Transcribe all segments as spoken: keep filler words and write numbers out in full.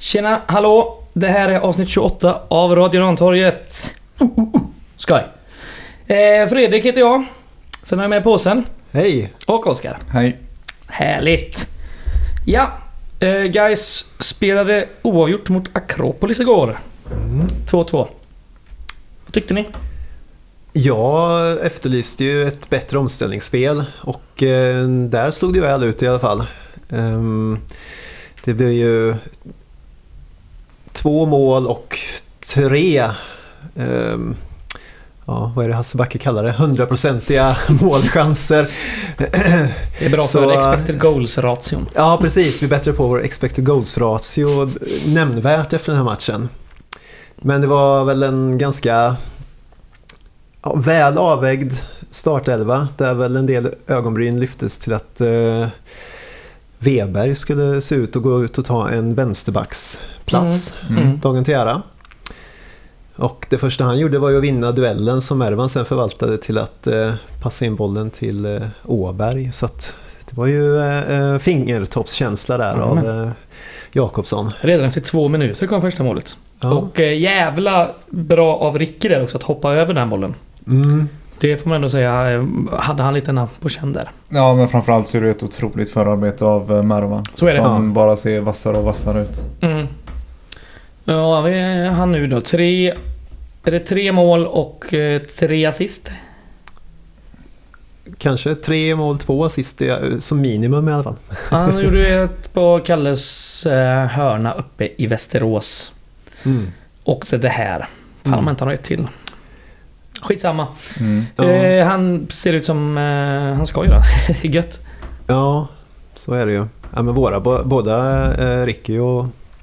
Tjena, hallå! Det här är avsnitt tjugoåtta av Radio Rantorget. Uh, uh, uh. Skoj! Eh, Fredrik heter jag. Sen har jag med påsen. Hej! Och Oskar. Hej. Härligt! Ja, eh, guys spelade oavgjort mot Akropolis igår. Mm. två två. Vad tyckte ni? Jag efterlyste ju ett bättre omställningsspel och eh, där slog det väl ut i alla fall. Um, det blev ju två mål och tre um, ja, vad är det Hasse Backe kallar det? hundraprocentiga målchanser. Det är bra Så, för expected goals-ration. Ja, precis. Vi är bättre på vår expected goals-ratio nämnvärt efter den här matchen. Men det var väl en ganska ja, väl avvägd startelva där väl en del ögonbryn lyftes till att eh, Weberg skulle se ut och gå ut och ta en vänsterbacksplats Mm. Mm. dagen till ära. Och det första han gjorde var ju att vinna duellen som Mervan sen förvaltade till att eh, passa in bollen till eh, Åberg. Så att det var ju eh, fingertoppskänsla där Mm. av eh, Jakobsson. Redan efter två minuter kom första målet. Ja. Och eh, jävla bra av Ricky där också att hoppa över den bollen. Mm. Det får man ändå säga, eh, hade han lite napp på känn där. Ja, men framförallt så är det ett otroligt förarbete av eh, Mervan. Så är det. Som bara ser vassare och vassare ut. Mm. Ja, vi är han nu då. Tre, är det tre mål och eh, tre assist? Kanske tre mål, två assist som minimum i alla fall. Han gjorde ett på Kalles eh, hörna uppe i Västerås. Mm. Och så det här. Fan om Mm. man inte har ett till. Skitsamma. Mm. Ja. Eh, han ser ut som eh, han ska göra. Gött. Ja, så är det ju. Ja, men våra, bo- båda eh, Ricky och,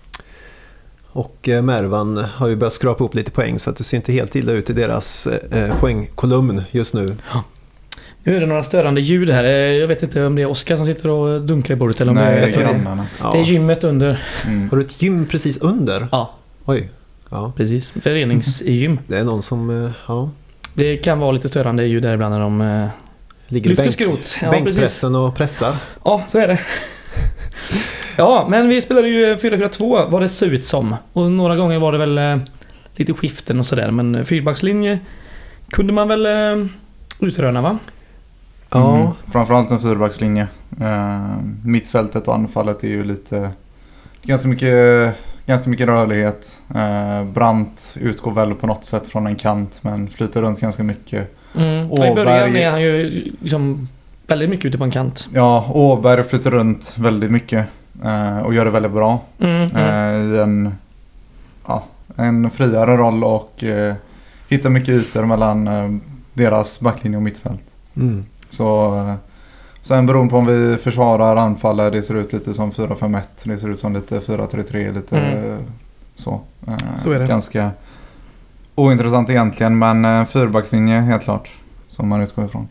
och eh, Mervan har ju börjat skrapa upp lite poäng så att det ser inte helt illa ut i deras eh, poängkolumn just nu. Nu är det några störande ljud här. Eh, Jag vet inte om det är Oskar som sitter och dunkar i bordet eller om Nej, det det är... är grannarna. Ja. Det är gymmet under. Mm. Har du ett gym precis under? Ja, Oj, ja. precis. Föreningsgym. Det är någon som eh, ja, Det kan vara lite störande ljud där ibland när de eh, ligger i lyfter bänk, skrot. Ja, precis. bänkpressen och pressar. Ja, så är det. Ja, men vi spelade ju fyra fyra två vad det såg ut som. Och några gånger var det väl eh, lite skiften och sådär. Men fyrbackslinje kunde man väl eh, utröna, va? Ja, Mm. Framförallt en fyrbackslinje. Uh, mittfältet och anfallet är ju lite ganska mycket, ganska mycket rörlighet. Uh, Brandt utgår väl på något sätt från en kant men flyter runt ganska mycket. Mm. Åberg- I början är han ju liksom väldigt mycket ute på en kant. Ja, Åberg flyter runt väldigt mycket uh, och gör det väldigt bra. Mm, mm. Uh, I en, ja, en friare roll och uh, hittar mycket ytor mellan uh, deras backlinje och mittfält. mm. Så uh, sen beroende på om vi försvarar, anfaller, det ser ut lite som fyra fem ett, det ser ut som lite fyra tre tre, lite Mm. uh, så. Uh, Så är det. Ganska ointressant egentligen, men uh, fyrbackslinje helt klart som man utgår ifrån.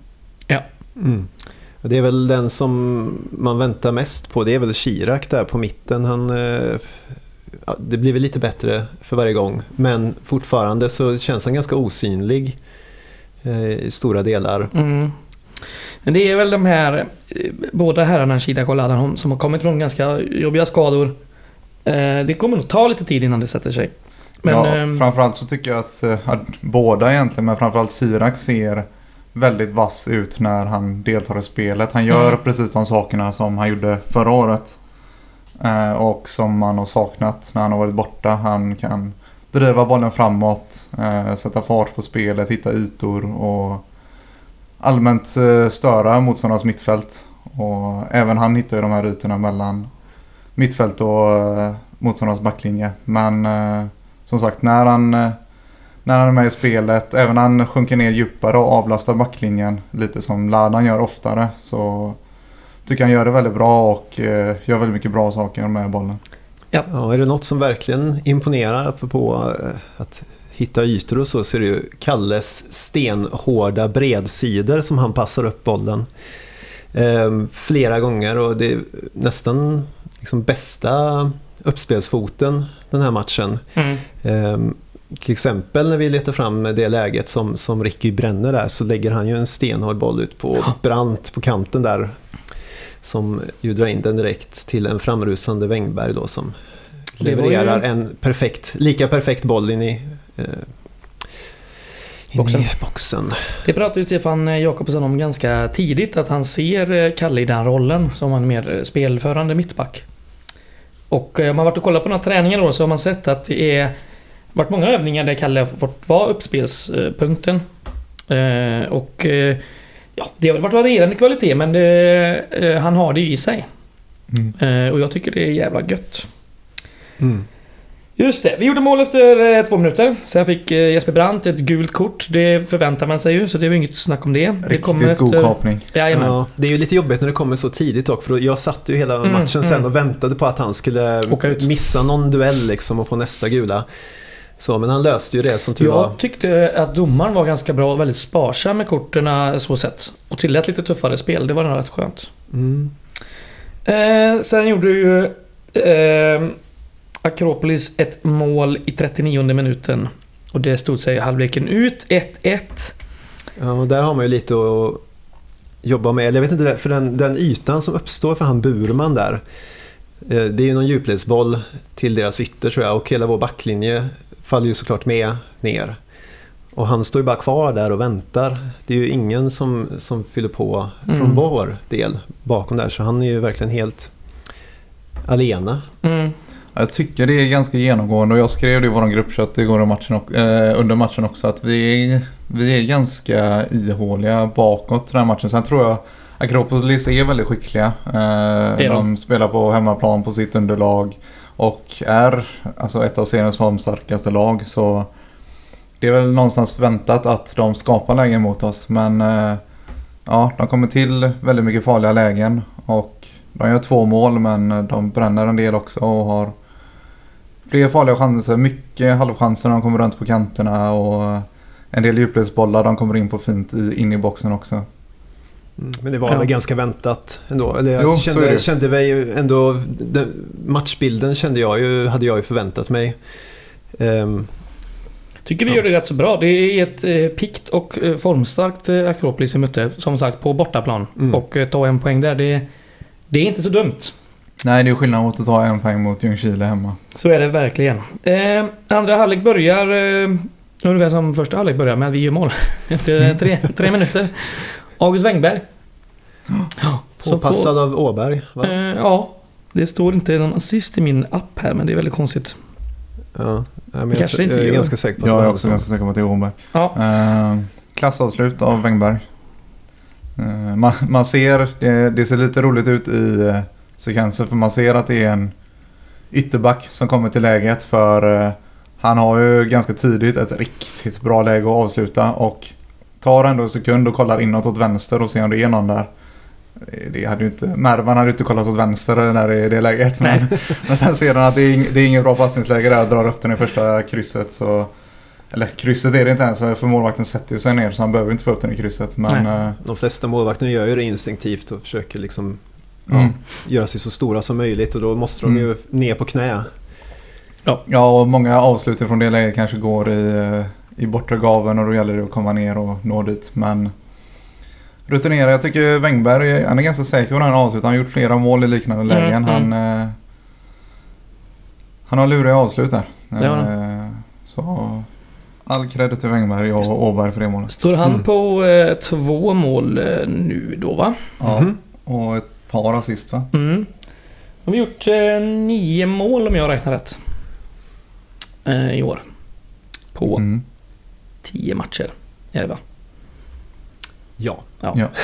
Mm. Och det är väl den som man väntar mest på. Det är väl Chirac där på mitten. Han, eh, ja, det blir väl lite bättre för varje gång. Men fortfarande så känns han ganska osynlig eh, i stora delar. Mm. Men det är väl de här eh, båda herrarna, Chirac och Ladan, som har kommit från ganska jobbiga skador. Eh, det kommer nog ta lite tid innan det sätter sig. Men, ja, ehm, framförallt så tycker jag att, uh, att båda egentligen, men framförallt Chirac ser väldigt vass ut när han deltar i spelet. Han gör Mm. precis de sakerna som han gjorde förra året. Eh, och som man har saknat när han har varit borta. Han kan driva bollen framåt, eh, sätta fart på spelet, hitta ytor och allmänt eh, störa motståndarnas mittfält. Och även han hittar ju de här ytorna mellan mittfält och eh, motståndarnas backlinje. Men eh, som sagt, när han... Eh, När han är med i spelet, även när han sjunker ner djupare och avlastar backlinjen lite som Ladan gör oftare, så tycker han gör det väldigt bra och eh, gör väldigt mycket bra saker med bollen. Ja, är det något som verkligen imponerar på eh, att hitta ytor och så, så är det ju Kalles stenhårda bredsidor som han passar upp bollen eh, flera gånger, och det är nästan liksom bästa uppspelsfoten den här matchen. mm. Eh, till exempel när vi letar fram det läget som, som Ricky bränner där, så lägger han ju en stenhård boll ut på Brandt på kanten där, som ju drar in den direkt till en framrusande Wängberg då, som Och levererar ju en perfekt, lika perfekt boll in i, eh, in boxen. i boxen. Det pratade ju Stefan Jakobsson om ganska tidigt, att han ser Kalle i den rollen som en mer spelförande mittback. Och om man varit och kollat på några träningar då, så har man sett att det är varit många övningar där Kalle har fått vara uppspelspunkten. Eh, och eh, ja, det har varit varierande kvalitet, men det, eh, han har det i sig. Mm. Eh, och jag tycker det är jävla gött. Mm. Just det, vi gjorde mål efter eh, två minuter. Sen fick eh, Jesper Brandt ett gult kort. Det förväntar man sig ju, så det var inget snack om det. Riktigt det kommer efter... god kapning. Ja, det är ju lite jobbigt när det kommer så tidigt också, för jag satt ju hela matchen mm, sen mm. och väntade på att han skulle missa någon duell liksom och få nästa gula. Så, men han löste ju det som tur jag var. Jag tyckte att domaren var ganska bra och väldigt sparsam med korterna så sett. Och tillät lite tuffare spel, det var nog rätt skönt. Mm. Eh, sen gjorde ju eh, Akropolis ett mål i trettionionde minuten. Och det stod sig halvleken ut, ett ett. Ja, och där har man ju lite att jobba med. Jag vet inte, för den, den ytan som uppstår för han Burman där. Eh, det är ju någon djupledsboll till deras ytter tror jag. Och hela vår backlinje faller ju såklart med ner. Och han står ju bara kvar där och väntar. Det är ju ingen som, som fyller på från mm. vår del bakom där. Så han är ju verkligen helt alena. Mm. Jag tycker det är ganska genomgående, och jag skrev det i vår gruppchatt igår matchen, eh, under matchen också, att vi är, vi är ganska ihåliga bakåt den här matchen. Sen tror jag Akropolis är väldigt skickliga. Eh, de. de spelar på hemmaplan på sitt underlag och är alltså ett av seriens formstarkaste lag, så det är väl någonstans väntat att de skapar lägen mot oss. Men eh, ja, de kommer till väldigt mycket farliga lägen och de gör två mål, men de bränner en del också och har fler farliga chanser, mycket halvchanser när de kommer runt på kanterna, och en del djupledsbollar de kommer in på fint i, in i boxen också. Mm, men det var ja. väl ganska väntat ändå. Eller jag jo, kände, kände vi ändå, den, matchbilden kände jag ju, hade jag ju förväntat mig. Um, Tycker vi ja. gör det rätt så bra. Det är ett eh, pikt och eh, formstarkt eh, Akropolis som mötte, som sagt, på bortaplan. Mm. Och eh, ta en poäng där, det, det är inte så dumt. Nej, det är skillnad mot att ta en poäng mot Ljungskile hemma. Så är det verkligen. Eh, andra halvlek börjar eh, ungefär som första halvlek börjar med att vi gör mål efter tre, tre minuter. August Wengberg. Ja, påpassad av Åberg, va? Eh, ja, det står inte någon assist i min app här, men det är väldigt konstigt. Ja, men jag, jag, inte jag är gör. ganska säker på att ja, det jag är också ganska säker på att det är Åberg. Ja. Eh, klassavslut av Wengberg. Eh, man, man ser, det, det ser lite roligt ut i eh, sekvenser, för man ser att det är en ytterback som kommer till läget, för eh, han har ju ganska tidigt ett riktigt bra läge att avsluta och tar ändå en sekund och kollar inåt åt vänster och ser om det är någon där. Det hade ju inte, Mervan hade ju inte kollat åt vänster där i det läget, men, men sen ser han att det är, det är ingen bra passningsläge där och drar upp den i första krysset, så eller krysset är det inte ens, för målvakten sätter ju sig ner så han behöver inte få upp den i krysset, men äh, de flesta målvakter gör ju det instinktivt och försöker liksom mm. ja, göra sig så stora som möjligt, och då måste de ju mm. ner på knä. Ja. ja, och många avslut från det läget kanske går i, i bortre gaven, och då gäller det att komma ner och nå dit, men rutinerad, jag tycker Wengberg, han är ganska säker på den avslut. Han har gjort flera mål i liknande lägen. Mm, han, mm. eh, han har lurat avslut där. Ja. Eh, så all credit till Wengberg och Åberg för det målet. Står han mm. på eh, två mål eh, nu då, va? Ja, mm. och ett par assist, va? Mm. De har gjort eh, nio mål om jag räknar rätt. Eh, I år. På mm. tio matcher. Är det, va? Ja. Ja. ja.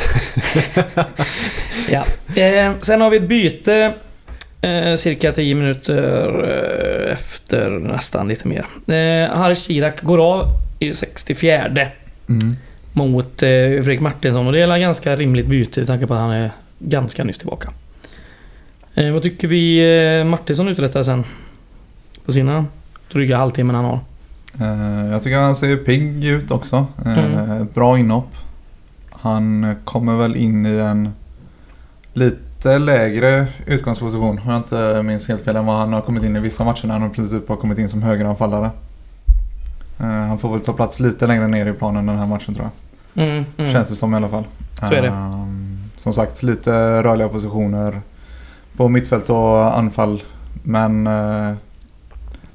ja. Eh, sen har vi ett byte eh, cirka tio minuter eh, efter, nästan lite mer. Eh, Harry Chirac går av i sextiofjärde mm. mot eh, Fredrik Martinsson, och det är ganska rimligt byte med tanke på att han är ganska nyss tillbaka. Eh, vad tycker vi eh, Martinsson uträttar sen på sina dryga halvtimmen han har? Eh, jag tycker han ser pigg ut också. Eh, mm. Bra inhopp. Han kommer väl in i en lite lägre utgångsposition. Jag har inte minst helt fel än vad han har kommit in i vissa matcher när han i princip har kommit in som högeranfallare. Uh, han får väl ta plats lite längre ner i planen den här matchen, tror jag. Mm, mm. Känns det som i alla fall. Så är det. Uh, som sagt, lite rörliga positioner på mittfält och anfall. Men uh,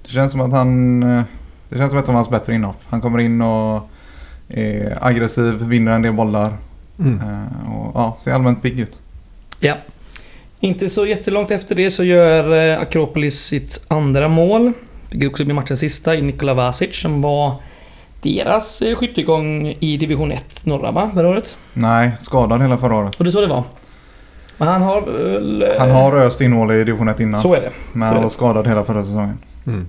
Det känns som att han... Det känns som ett av hans bättre inhopp. Han kommer in och är aggressiv, vinner en del bollar. Mm. Och ja, ser allmänt pigg ut. Ja. Inte så jättelångt efter det så gör Akropolis sitt andra mål. Det också blir matchens sista i Nikola Vasic som var deras skyttegång i division ett norra, va? Förra året? Nej, skadad hela förra året. Och det så det var. Men han har... Uh, han har öst in mål i division ett innan. Så är det. Men så han var skadad hela förra säsongen. Mm.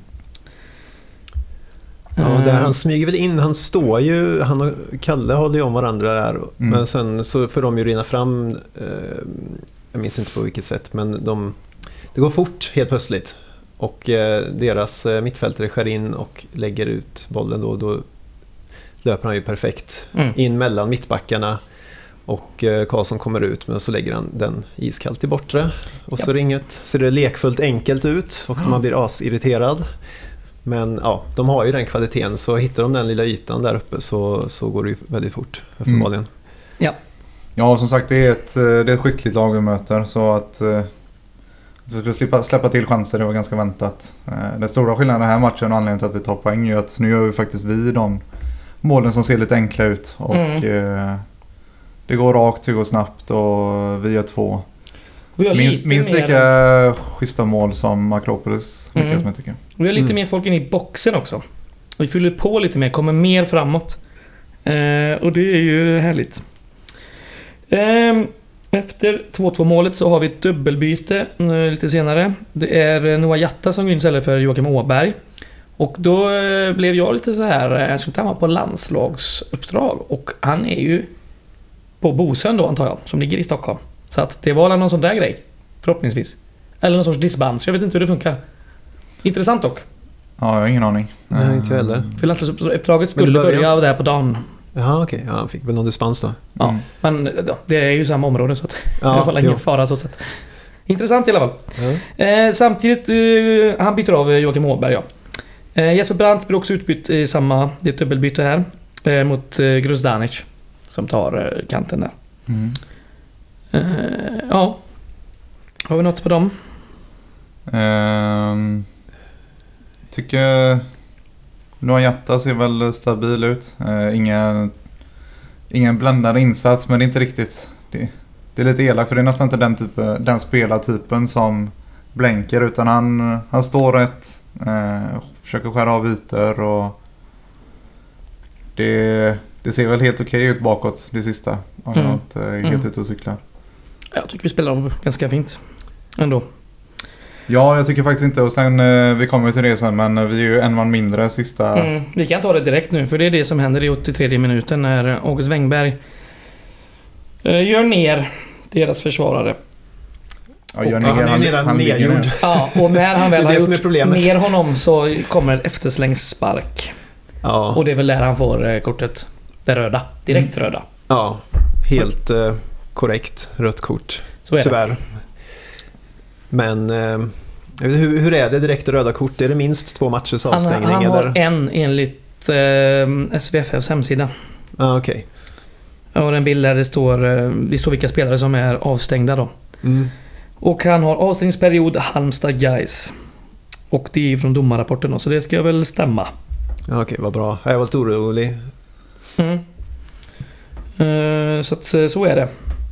Ja, där han smyger väl in, han står ju, han och Kalle håller ju om varandra där, mm. men sen så får de ju rinna fram, eh, jag minns inte på vilket sätt, men de, det går fort helt plötsligt och eh, deras eh, mittfältare skär in och lägger ut bollen då, då löper han ju perfekt mm. in mellan mittbackarna och eh, Karlsson kommer ut, men så lägger han den iskallt i bortre och ja. så ringet, så det är lekfullt enkelt ut och man blir asirriterad. Men ja, de har ju den kvaliteten, så hittar de den lilla ytan där uppe så, så går det ju väldigt fort förmodligen. Mm. Ja. Ja, som sagt, det är ett, det är ett skickligt lag vi möter, så att eh, vi ska slippa släppa till chanser, det var ganska väntat. Eh, den stora skillnaden i den här matchen och anledningen till att vi tar poäng är att nu gör vi faktiskt vi de målen som ser lite enkla ut och mm. eh, det går rakt, det går snabbt och vi gör två. Minst, minst lika mer... schyssta mål som Akropolis lyckas mm. med, tycker jag. Vi har lite mm. mer folk in i boxen också. Vi fyller på lite mer, kommer mer framåt. Eh, och det är ju härligt. Eh, efter två två målet så har vi ett dubbelbyte eh, lite senare. Det är Noah Jatta som går in istället för Joakim Åberg. Och då eh, blev jag lite så här, jag skulle ta honom på landslagsuppdrag. Och han är ju på Bosön då, antar jag, som ligger i Stockholm. Så att det var någon sån där grej, förhoppningsvis. Eller någon sorts dispens, jag vet inte hur det funkar. Intressant dock. Ja, jag har ingen aning. Nej, inte heller. För landslagsuppdraget skulle börja där på dagen. Jaha, okej. Okay. Ja, han fick väl någon dispens då. Ja, mm. men ja, det är ju samma område så att ja, det var ingen fara så sätt. Intressant i alla fall. Ja. Eh, samtidigt, eh, han byter av Joakim Åberg, ja. Eh, Jesper Brandt blir också utbytt i samma, det är ett dubbelbyte här, eh, mot eh, Gruzdanic som tar eh, kanten där. Mm. Uh, ja. Har vi något på dem? Um, tycker Noah Jatta ser väl stabil ut. Uh, ingen, ingen bländande insats, men det är inte riktigt. Det, det är lite elakt, för det är nästan inte den, typ, den spelartypen som blänker, utan han, han står rätt, uh, försöker skära av ytor och det, det ser väl helt okej ut bakåt det sista. Om mm. jag inte är helt mm. ute och cyklar. Jag tycker vi spelar av ganska fint ändå. Ja, jag tycker faktiskt inte. Och sen, vi kommer till det sen, men vi är ju en man mindre sista... Mm, vi kan ta det direkt nu, för det är det som händer i åttiotredje minuten när August Wengberg eh, gör ner deras försvarare. Ja, gör ner, han, han, han, han ligger ner. Ja, och när han väl har gjort ner honom så kommer en efterslängsspark. Ja. Och det är väl där han får eh, kortet. Det röda. Direkt mm. röda. Ja, helt... Eh... korrekt, rött kort. Så är tyvärr. Det. Men eh, hur, hur är det direkt röda kort? Är det minst två matchers avstängning? Han, han har eller? en enligt eh, S V F F:s hemsida. Ah, okej. Okay. Jag har en bild där det står, det står vilka spelare som är avstängda då. Mm. Och han har avstängningsperiod Halmstad Guys. Och det är från domarrapporten då, så det ska väl stämma. Ah, okej, okay, vad bra. Jag var lite orolig. Mm. Uh, så att så är det.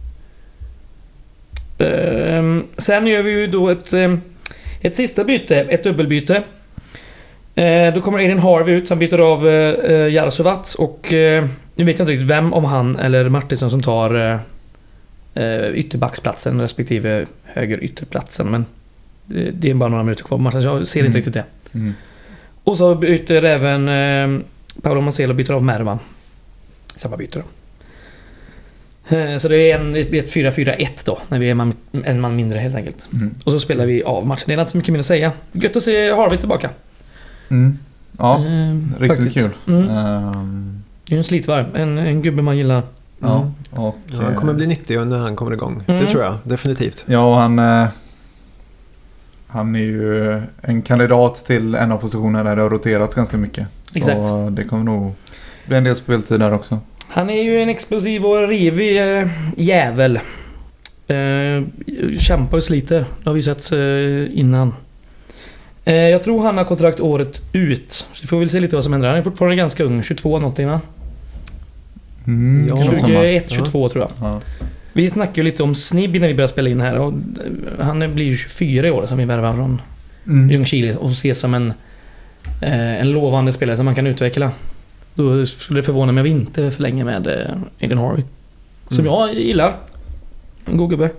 Uh, sen gör vi ju då ett, uh, ett sista byte, ett dubbelbyte. Uh, då kommer Aiden Harvey ut, han byter av uh, Jarosovat och uh, nu vet jag inte riktigt vem av han eller Martinsson som tar uh, uh, ytterbacksplatsen respektive höger ytterplatsen, men det, det är bara några minuter kvar på matchen, så jag ser mm. inte riktigt det. Mm. Och så byter även uh, Paolo Marcelo byter av Mervan. Samma byte då. Så det är en, ett fyra fyra ett då, när vi är man, en man mindre helt enkelt. Mm. Och så spelar vi av matchen. Det är inte så mycket mer att säga. Gött att se Harvey tillbaka. Mm. Ja, ehm, riktigt faktiskt. Kul. Mm. Um. Det är en slitvarv, en, en gubbe man gillar. Ja, och, ja, han kommer bli nyttig när han kommer igång. Mm. Det tror jag, definitivt. Ja, och han, eh, han är ju en kandidat till en av positionerna där det har roterat ganska mycket. Så exakt. Det kommer nog bli en del speltid där också. Han är ju en explosiv och rivig äh, jävel. Äh, kämpar och sliter. Det har vi sett äh, innan. Eh, jag tror han har kontrakt året ut. Så vi får väl se lite vad som händer. Han är fortfarande ganska ung, tjugotvå någonting va? Mm, Ja, kan nog stämma. tjugoett tjugotvå tror jag. Ja. Vi snackade ju lite om Snibb när vi började spela in här. Och han blir ju tjugofyra i år som vi värvar från Mm. Ljungskile och ses som en, eh, en lovande spelare som man kan utveckla. Då skulle det förvåna mig om vi inte förlänger med eh, Aiden Harvey. Som Mm. jag gillar. En god gubbe.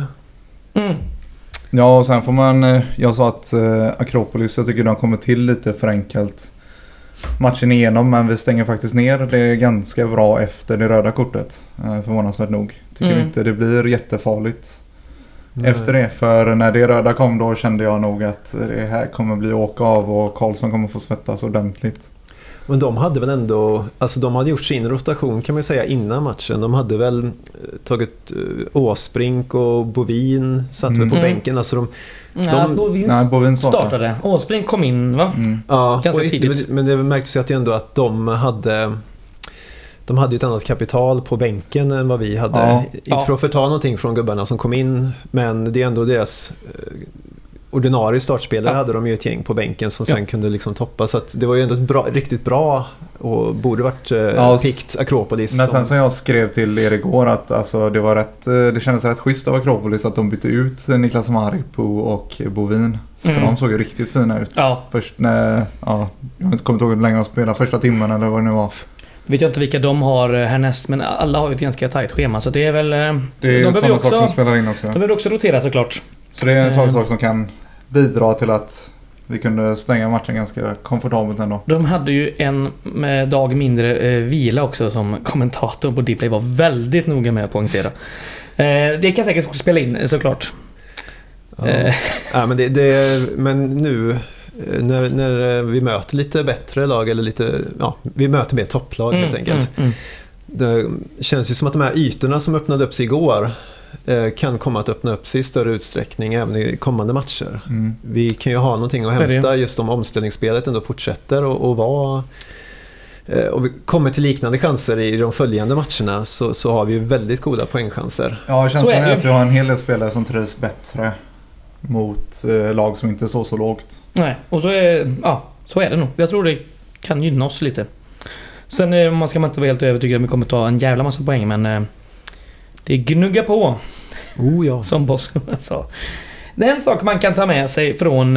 Mm. Ja, och sen får man... eh, Jag sa att eh, Akropolis, jag tycker de kommer till lite för enkelt matchen igenom, men vi stänger faktiskt ner det ganska bra efter det röda kortet. Eh, förvånansvärt nog. Tycker Mm. inte det blir jättefarligt Nej. efter det. För när det röda kom då kände jag nog att det här kommer bli åka av och Karlsson kommer få svettas ordentligt. Men de hade väl ändå, alltså de hade gjort sin rotation kan man ju säga innan matchen. De hade väl eh, tagit uh, Åsbrink och Bovin, satt väl på Mm. bänken. Alltså de, Ja, Bovin Nej, Bovin startar. startade. Åsbrink kom in va? Mm. ja, Ganska och, tidigt. Men det märktes ju att, ändå att de hade de hade ju ett annat kapital på bänken än vad vi hade. Ja. Inte Ja. för att förta någonting från gubbarna som kom in, men det är ändå deras eh, ordinarie startspelare Ja. hade de ju ett gäng på bänken som Ja. sen kunde liksom toppa. Så att det var ju ändå ett bra, riktigt bra och borde varit eh, Ja, pikt Akropolis. Men som- sen som jag skrev till er igår att alltså, det var rätt, eh, det kändes rätt schysst av Akropolis att de bytte ut Niklas Maripo och Bovin. För Mm. de såg ju riktigt fina ut. Ja. Först när, ja, jag kommer inte ihåg hur länge de spelade, första timmen eller vad det nu var. Vet jag inte vilka de har eh, härnäst, men alla har ju ett ganska tajt schema så det är väl... eh, Det är de behöver sådana saker som också, spelar in också. de behöver också rotera såklart. Så det är en sån Eh. sak som kan bidra till att vi kunde stänga matchen ganska komfortabelt ändå. De hade ju en med dag mindre eh, vila också som kommentator på Dplay var väldigt noga med att poängtera. Eh, det kan säkert spela in eh, såklart. Ja. Eh. Ja, men, det, det, men nu eh, när, när vi möter lite bättre lag eller lite, ja, vi möter mer topplag helt enkelt. Mm, mm. Det känns ju som att de här ytorna som öppnade upp sig igår eh, kan komma att öppna upp sig i större utsträckning även i kommande matcher. Mm. Vi kan ju ha någonting att Så är det. hämta just om omställningsspelet ändå fortsätter och, och vara eh, och vi kommer till liknande chanser i de följande matcherna så, så har vi ju väldigt goda poängchanser. Ja, Så känslan är är, det. att vi har en hel del spelare som trivs bättre mot eh, lag som inte är så så lågt. Nej, och så är, ja, så är det nog. Jag tror det kan gynna oss lite. Sen eh, man ska man inte vara helt övertygad om vi kommer ta en jävla massa poäng, men eh, det gnuggar på, Oh ja. som Bosko sa. Det är en sak man kan ta med sig från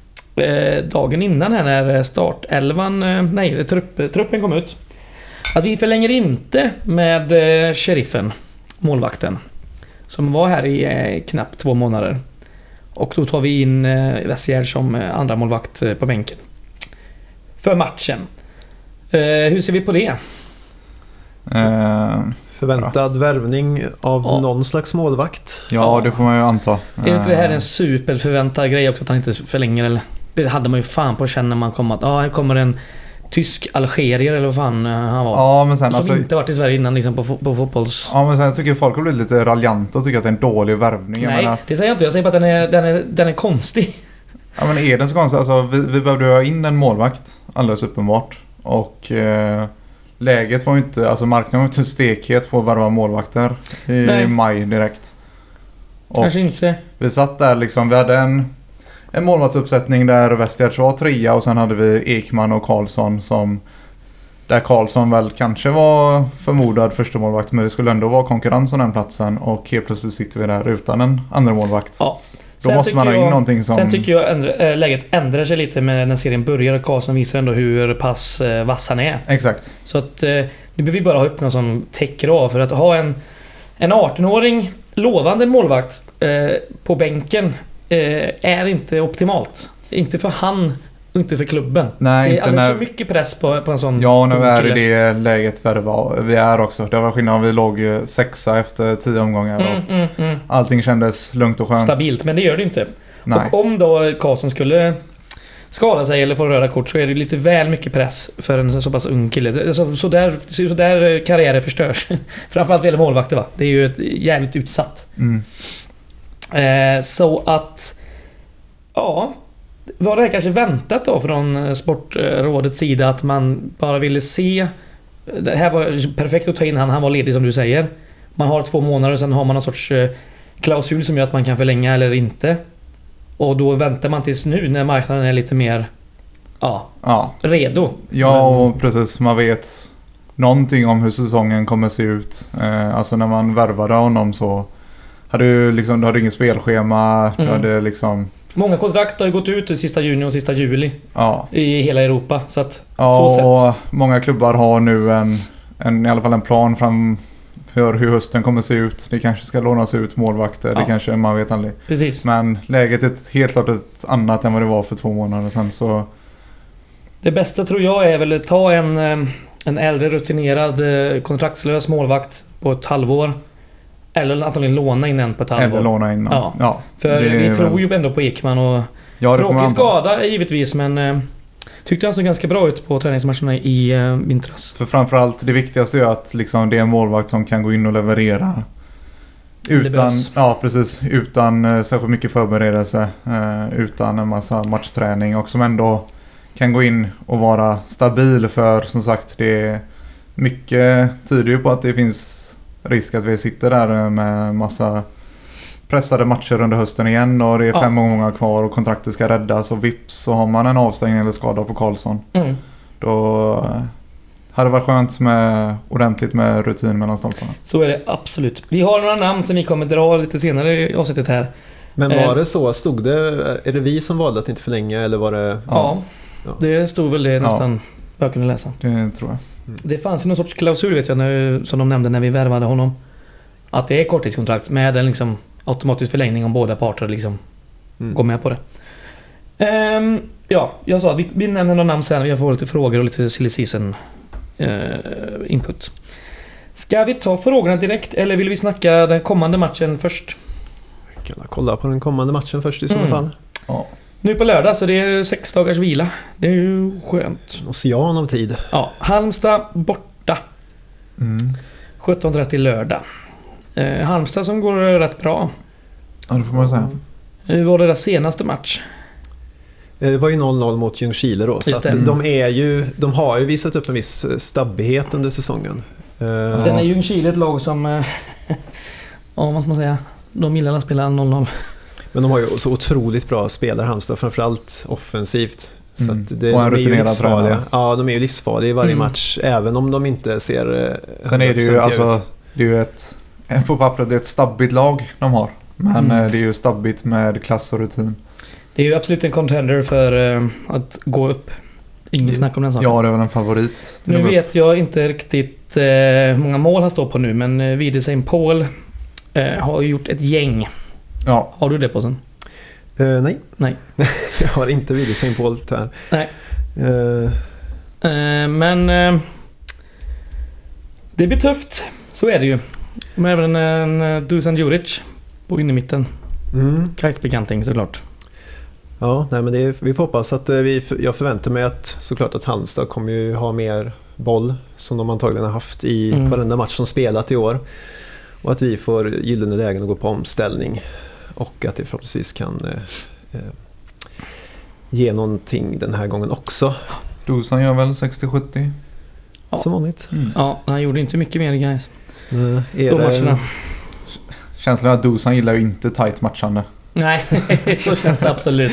eh, dagen innan här när startelvan, eh, nej, trupp, truppen kom ut. Att vi förlänger inte med eh, sheriffen, målvakten, som var här i eh, knappt två månader. Och då tar vi in eh, Westgärd som eh, andra målvakt eh, på bänken. För matchen. Eh, hur ser vi på det? Eh, Förväntad värvning av Ja. någon slags målvakt. ja, det får man ju anta. Är inte det här Eh, en superförväntad grej också att han inte förlänger? Eller? Det hade man ju fan på att känna när man kom att ah, här kommer en tysk algerier eller vad fan eh, han var. Ja, men sen som alltså... inte varit i Sverige innan liksom, på, fo- på fotbolls... Ja, men sen tycker jag folk har blivit lite raljanta och tycker att det är en dålig värvning. Jag Nej, menar, det säger jag inte. Jag säger bara att den är, den är, den är konstig. ja, men är den så konstig? Alltså, vi, vi behövde ha in en målvakt, alldeles uppenbart. Och eh, läget var ju inte, alltså marknaden var inte stekhet på att värva målvakter i Nej. maj direkt. Och Kanske inte. vi satt där liksom, vi hade en, en målvaktsuppsättning där Westgärds var trea och sen hade vi Ekman och Karlsson som, där Karlsson väl kanske var förmodad första målvakt, men det skulle ändå vara konkurrens om den platsen och helt plötsligt sitter vi där utan en andra målvakt. Ja. Då måste man ha in jag, någonting som... Sen tycker jag ändra, äh, läget ändrar sig lite med när serien börjar. Karlsson visar ändå hur pass äh, vass han är. Exakt. Så att äh, nu behöver vi bara ha upp någon som täcker av. För att ha en, en arton-åring lovande målvakt äh, på bänken äh, är inte optimalt. Inte för han och inte för klubben. Nej, det är inte alldeles när... för mycket press på, på en sån Ja, när vi är kille. i det läget där det var, vi är också. Det var skillnad om vi låg eh, sexa efter tio omgångar Mm, och mm, mm. allting kändes lugnt och skönt. Stabilt, men det gör det inte. Nej. Och om då Karlsson skulle skada sig eller få röda kort så är det lite väl mycket press för en så pass ung kille. Så, så, där, så där karriärer förstörs. Framförallt vad gäller målvakter va. Det är ju ett jävligt utsatt. Mm. Eh, så att... Ja... Var det här kanske väntat då från Sportrådets sida att man bara ville se... Det här var perfekt att ta in han, han var ledig som du säger. Man har två månader och sen har man någon sorts eh, klausul som gör att man kan förlänga eller inte. Och då väntar man tills nu när marknaden är lite mer ja, Ja, redo. ja och precis. Man vet någonting om hur säsongen kommer se ut. Eh, alltså när man värvade honom så hade du liksom, du hade ingen spelschema. Du Mm. hade liksom... Många kontrakt har ju gått ut i sista juni och sista juli Ja, i hela Europa. Så att, ja så sätt. och många klubbar har nu en, en, i alla fall en plan fram för hur hösten kommer se ut. Det kanske ska lånas ut målvakter. Ja. Det kanske, man vet aldrig. Precis. Men läget är ett, helt klart ett annat än vad det var för två månader sedan. Så Det bästa tror jag är väl att ta en, eh, en äldre rutinerad eh, kontraktslös målvakt på ett halvår. Eller antagligen låna in en på ett halvår. eller låna in. Ja. Ja, För det vi är tror väl- ju ändå på Ekman och ja, det får man tråkig anta. skada givetvis, men eh, tyckte han såg ganska bra ut på träningsmatcherna i eh, vintras. För framförallt det viktigaste är att liksom, det är en målvakt som kan gå in och leverera utan, behövs. ja, precis, utan eh, särskilt mycket förberedelse, eh, utan en massa matchträning och som ändå kan gå in och vara stabil, för som sagt det är mycket tyder ju på att det finns risk att vi sitter där med massa pressade matcher under hösten igen och det är Ja. fem månader kvar och kontraktet ska räddas och vips så har man en avstängning eller skada på Karlsson. Mm. Då eh, hade det varit skönt med ordentligt med rutin mellan stolparna. Så är det absolut. Vi har några namn som vi kommer dra lite senare i avsnittet här. Men Eh. var det så? Stod det... Är det vi som valde att inte förlänga eller var det... Ja, Ja. det stod väl det Ja. nästan jag kunde läsa. Det tror jag. Det fanns ju någon sorts klausul vet jag när, som de nämnde när vi värvade honom. Att det är korttidskontrakt med en liksom automatisk förlängning om båda parter liksom Mm. går med på det. Ehm, ja, jag sa att vi, vi nämner några namn sen. Vi får lite frågor och lite silly season eh, input. Ska vi ta frågorna direkt eller vill vi snacka den kommande matchen först? Kan jag kolla på den kommande matchen först i sådana Mm. fall. Ja. Nu på lördag så det är sex dagars vila. Det är ju skönt. Ocean av tid. Ja, Halmstad borta. Mm. sjutton trettio lördag. Eh, Halmstad som går rätt bra. Ja, det får man säga. Hur var deras senaste match? Eh, Det var ju noll noll mot Ljungskile då. Så Just att det. de, är ju, de har ju visat upp en viss stabbighet under säsongen. Eh, Sen är Ljungskile ett lag som... Eh, ja, vad ska man säga? De gillar att spela noll noll. Men de har ju så otroligt bra spelare Halmstad, framförallt offensivt. Så Mm. att det, Och en de är ju rutinerad livsfarliga. tränare. Ja, de är ju livsfarliga i varje Mm. match. Även om de inte ser eh, Sen är det ju hundraprocentiga alltså, ut. det är ju ett, på pappret det är ett stabbigt lag de har. Men Mm. eh, det är ju stabbigt med klass och rutin. Det är ju absolut en contender för eh, att gå upp. Inget Det- snack om den saken. Ja, det är väl en favorit. Nu vet jag inte riktigt eh, hur många mål han står på nu, men eh, Wiedesheim Paul eh, har ju gjort ett gäng. Ja, Har du det på sen? Eh, nej. Nej. Jag har inte Wiedesheim Paul tyvärr. Nej. Eh, Eh, men eh, det blir tufft. Så är det ju. De har även en uh, Dusan Djuric på innermitten. mm. Kajs bekanting såklart. Ja, nej, men det är, vi får hoppas att eh, vi, jag förväntar mig att såklart att Halmstad kommer ju ha mer boll som de antagligen har haft i Mm. varenda match som spelat i år. Och att vi får gyllene lägen att gå på omställning. Och att det förhoppningsvis kan eh, eh, ge någonting den här gången också. Dosan gör väl sextio sjuttio. Ja. Som vanligt. Mm. Ja, han gjorde inte mycket mer guys. Eh, är På det- matcherna. Känslan är att Dosan gillar ju inte tight matchande. Nej, så känns det absolut.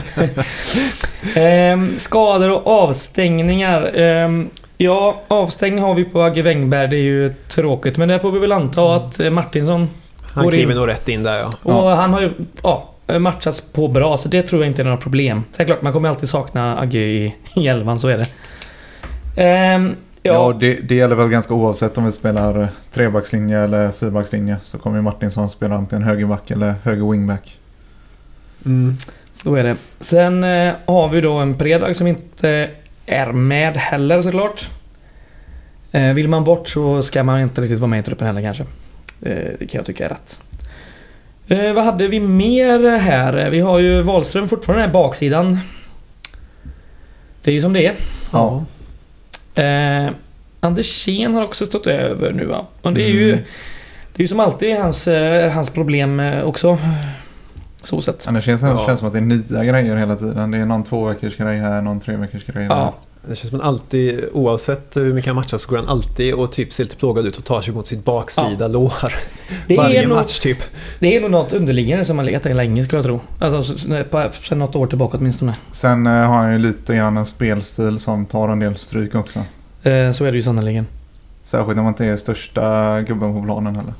ehm, skador och avstängningar. Ehm, ja, avstängning har vi på Agge Wängberg. Det är ju tråkigt. Men där får vi väl anta att eh, Martinsson... Han går kliver in. nog rätt in där, ja. Och Ja. han har ju ja, matchats på bra. Så det tror jag inte är några problem. Sen klart, man kommer alltid sakna Agge i, i elvan. Så är det. Ehm, Ja, ja, det, det gäller väl ganska oavsett om vi spelar trebackslinje eller fyrbackslinje. Så kommer ju Martinsson spela antingen högerback eller höger wingback. Mm. så är det. Sen eh, har vi då en Predrag som inte är med heller såklart. Eh, vill man bort så ska man inte riktigt vara med i truppen heller kanske. Eh, det kan jag tycka är rätt. Eh, vad hade vi mer här? Vi har ju Wahlström fortfarande den här baksidan. Det är ju som det är. Ja. Eh, Andersén har också stått över nu va? Och det är ju Mm. det är ju som alltid hans, eh, hans problem eh, också. Så sätt. Ja, det känns, Ja. känns som att det är nya grejer hela tiden. Det är någon två veckors grej här, någon tre veckors grej där. Ja. Det känns som att alltid, oavsett hur mycket han matchar, så går han alltid och typ ser lite plågad ut och tar sig mot sitt baksida Ja. lår. Det Varje är nog, match typ. det är nog något underliggande som har legat där länge skulle jag tro. Alltså s- på- sen något år tillbaka åtminstone. Sen eh, har han ju lite grann en spelstil som tar en del stryk också. Eh, så är det ju sannoliken. Särskilt när man inte är största gubben på planen heller.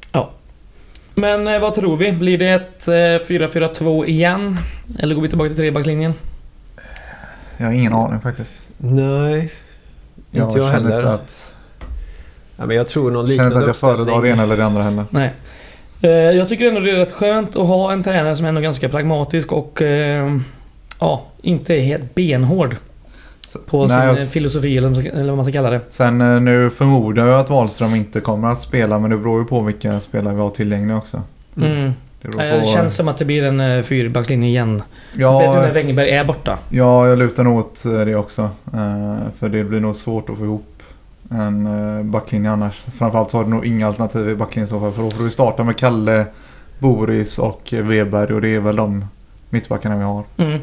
Men eh, vad tror vi? Blir det ett eh, fyra fyra två igen? Eller går vi tillbaka till trebackslinjen? Jag har ingen aning faktiskt. Nej, Jag inte jag känner heller. inte att, Ja, men jag tror någon jag känner inte liknande att jag föredrar det ena eller det andra heller. Nej. Eh, jag tycker ändå det är rätt skönt att ha en tränare som är ändå ganska pragmatisk och eh, ja, inte är helt benhård Så- på Nej, sin jag- filosofi eller vad man ska- eller vad man ska kalla det. Sen eh, nu förmodar jag att Wahlström inte kommer att spela, men det beror ju på vilka spelare vi har tillgängliga också. Mm. Det beror Eh, Det på, känns som att det blir en eh, fyrbackslinje igen. Speciellt nu ja, när Wengerberg är borta. ja, jag lutar nog åt eh, det också. Eh, för det blir nog svårt att få ihop en eh, backlinje annars. Framförallt har du nog inga alternativ i backlinjen så fall. För då får du starta med Kalle, Boris och Weberg, och det är väl de mittbackarna vi har. Mm.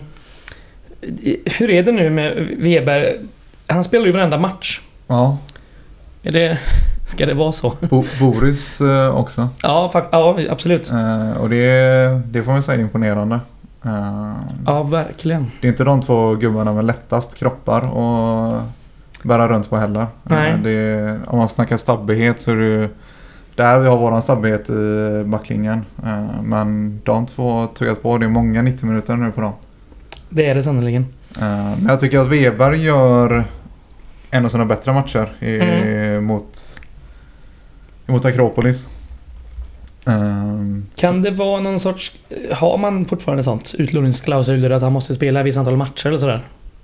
Hur är det nu med Weber? Han spelar ju varenda match. Ja, Är det, ska det vara så? Bo- Boris eh, också. Ja, fak- ja absolut. Eh, och det, det får man säga är imponerande. Eh, Ja, verkligen. Det är inte de två gubbarna med lättast kroppar och bära runt på heller. Nej. Eh, Det, om man snackar stabbighet så är det ju där vi har våran stabbighet i backlinjen. Eh, Men de två har tuggat på. Det är många nittio minuter nu på dem. Det är det sannoliken. Eh, Men jag tycker att Weber gör en av sina bättre matcher i, Mm. mot, mot Akropolis. Eh, Kan det vara någon sorts... Har man fortfarande sånt utlåningsklausuler att han måste spela ett visst antal matcher eller sådär?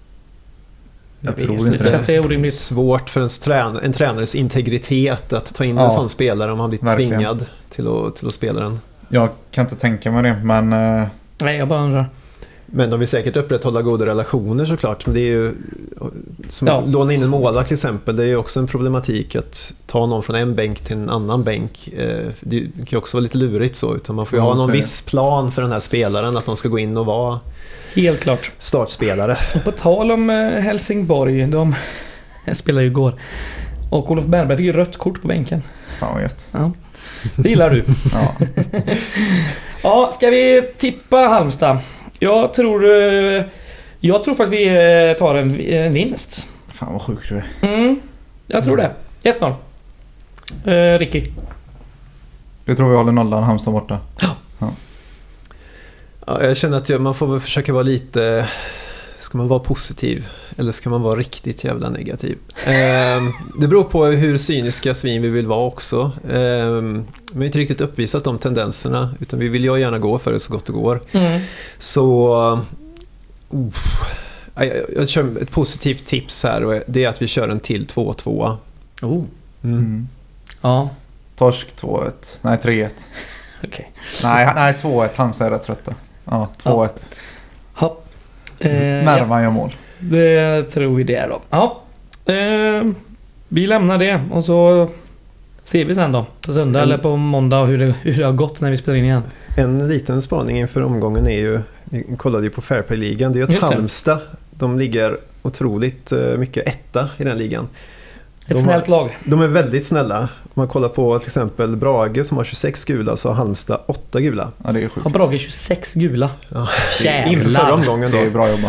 Jag vet tror inte. inte Det känns det. det Det är orimligt. svårt för en, trän- en tränares integritet att ta in Ja, en sån spelare om han blir verkligen. tvingad till att, till att spela den. Jag kan inte tänka mig det, men eh, Nej, jag bara undrar. Men de vill säkert upprätthålla goda relationer såklart. Men det är ju... Som Ja. låna in en målvakt till exempel. Det är ju också en problematik att ta någon från en bänk till en annan bänk. Eh, Det kan ju också vara lite lurigt så. Utan man får ju Ja, ha någon så är det. viss plan för den här spelaren. Att de ska gå in och vara Helt klart. startspelare. Och på tal om eh, Helsingborg, de jag spelade ju igår. Och Olof Bernberg fick ju rött kort på bänken. fan vad gött. Ja. Det gillar du. Ja. Ja, ska vi tippa Halmstad? Jag tror... eh, Jag tror faktiskt vi eh, tar en, en vinst. Fan vad sjuk du är. Mm, jag tror det. ett noll. Eh, Ricky. Du tror vi håller nollan Halmstad borta? Ja, jag känner att jag, man får väl försöka vara lite... Ska man vara positiv? Eller ska man vara riktigt jävla negativ? Ehm, det beror på hur cyniska svin vi vill vara också. Ehm, vi har inte riktigt uppvisat de tendenserna. Utan vi vill ju gärna gå för det så gott det går. Mm. Så... Uh, jag, jag kör ett positivt tips här. Och det är att vi kör en till två två. Oh. Mm. Mm. Ja, Torsk två ett. Nej, tre ett. okej. Nej, nej två ett. Halmstad är rätt trötta. Ja, två ett. Hopp. Eh, ja, Mervan gör mål. det tror vi det är då. Ja. Eh, vi lämnar det och så ser vi sen då. På söndag Mm. eller på måndag hur det, hur det har gått när vi spelar in igen. En liten spaning inför omgången är ju... Vi kollade ju på Fairplay-ligan. Det är ju att Just det. Halmstad, de ligger otroligt eh, mycket etta i den ligan. Ett De har- snällt lag. De är väldigt snälla. Om man kollar på till exempel Brage som har tjugosex gula, så har Halmstad åtta gula. Ja, det är Har sjukt. Brage tjugosex gula. Ja. Jävlar. Inför förra omgången Det är då. bra jobbat.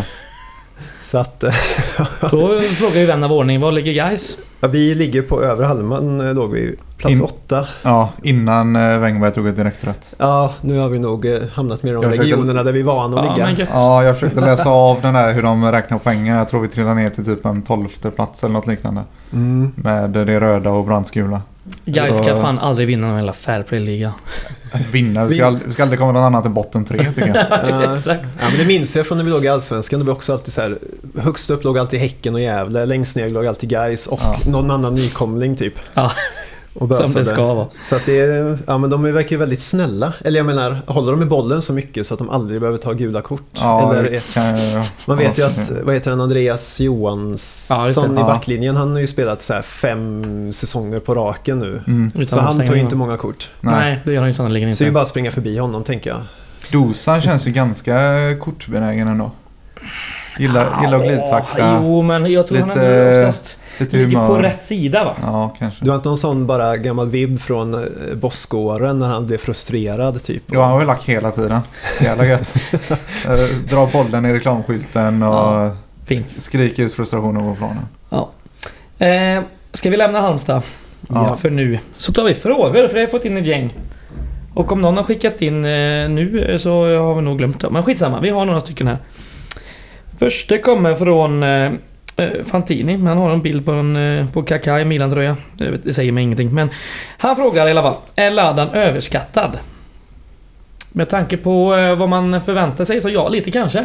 Så att, eh, Då frågar ju vän av ordning, var ligger guys? ja, vi ligger på över halvan, eh, låg vi plats In- åtta. Ja, innan eh, Wängberg tog ett direkt rätt. Ja, nu har vi nog eh, hamnat med i de Jag försökte- regionerna där vi är vana att Ja, ligga. men gött. Ja, jag försökte läsa av den där hur de räknar poängen. Jag tror vi trillar ner till typ en tolfte plats eller något liknande. Mm. Med det röda och brandsgula. Guys Så- ska fan aldrig vinna någon hela Fairplay-liga. Vinna. Vi Vi- ska, aldrig, vi ska aldrig komma någon annan till botten tre tycker jag. Ja. Exakt. Ja, men det minns jag från när vi låg i Allsvenskan. Det var också alltid så här, högst upp låg alltid Häcken och Gävle, längst ner låg alltid Gais och Ja. någon annan nykomling typ. Ja, Och som bösade. det ska vara. Så att det är, ja men de verkar ju väldigt snälla. Eller jag menar, håller de i bollen så mycket så att de aldrig behöver ta gula kort. Ja, Eller, det kan jag, man vet ju ja, att, vad heter den, Andreas Johansson Ja, just det. i Ja. backlinjen, han har ju spelat så här fem säsonger på raken nu. Mm. Utan Så han tar ju avstängning. inte många kort. Nej. det gör han ju sannoliken Så det är ju inte. bara att springa förbi honom tänker jag. Dosan känns ju ganska kortbenägen ändå. Gillar, gillar att glidtackla. Jo, men jag tror lite, han är oftast lite ligger humör. på rätt sida, va? Ja, kanske. Du har inte någon sån bara gammal vibb från eh, Boskåren när han blev frustrerad typ? Jo, han har ju lack hela tiden. Jävla gött. Eh, Dra bollen i reklamskylten och Ja, fint. skrika ut frustrationen på planen. Ja. Eh, ska vi lämna Halmstad Ja. för nu? Så tar vi frågor, för det har jag fått in ett gäng. Och om någon har skickat in eh, nu så har vi nog glömt det. Men skitsamma, vi har några stycken här. Första kommer från eh, Fantini. Han har en bild på en eh, på Kaká i Milan-tröja. Det, det säger mig ingenting. Men han frågar i alla fall: är Ladan överskattad? Med tanke på eh, vad man förväntar sig, så ja, lite kanske.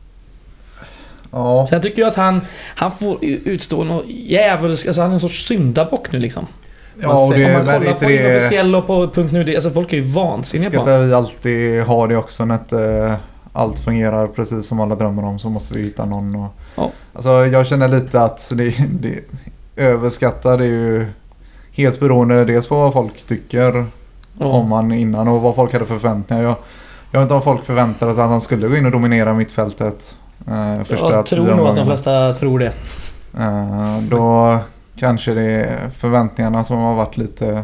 Ja. Sen tycker jag att han Han får utstå något jävligt. Alltså han är en sorts syndabock nu liksom. Ja, och det Om man är kollar väldigt på det. inofficiell och på punkt nu, det, alltså folk är ju vansinniga på Ska honom. vi alltid ha det också när inte allt fungerar precis som alla drömmer om, så måste vi hitta någon. Och, Ja. alltså jag känner lite att det, det överskattar, det är ju helt beroende dels på vad folk tycker Ja. om han innan och vad folk hade för förväntningar. Jag, jag vet inte om folk förväntade sig att han skulle gå in och dominera mittfältet. Eh, första Jag tror tio nog att de omgångarna. flesta tror det. Eh, då kanske det är förväntningarna som har varit lite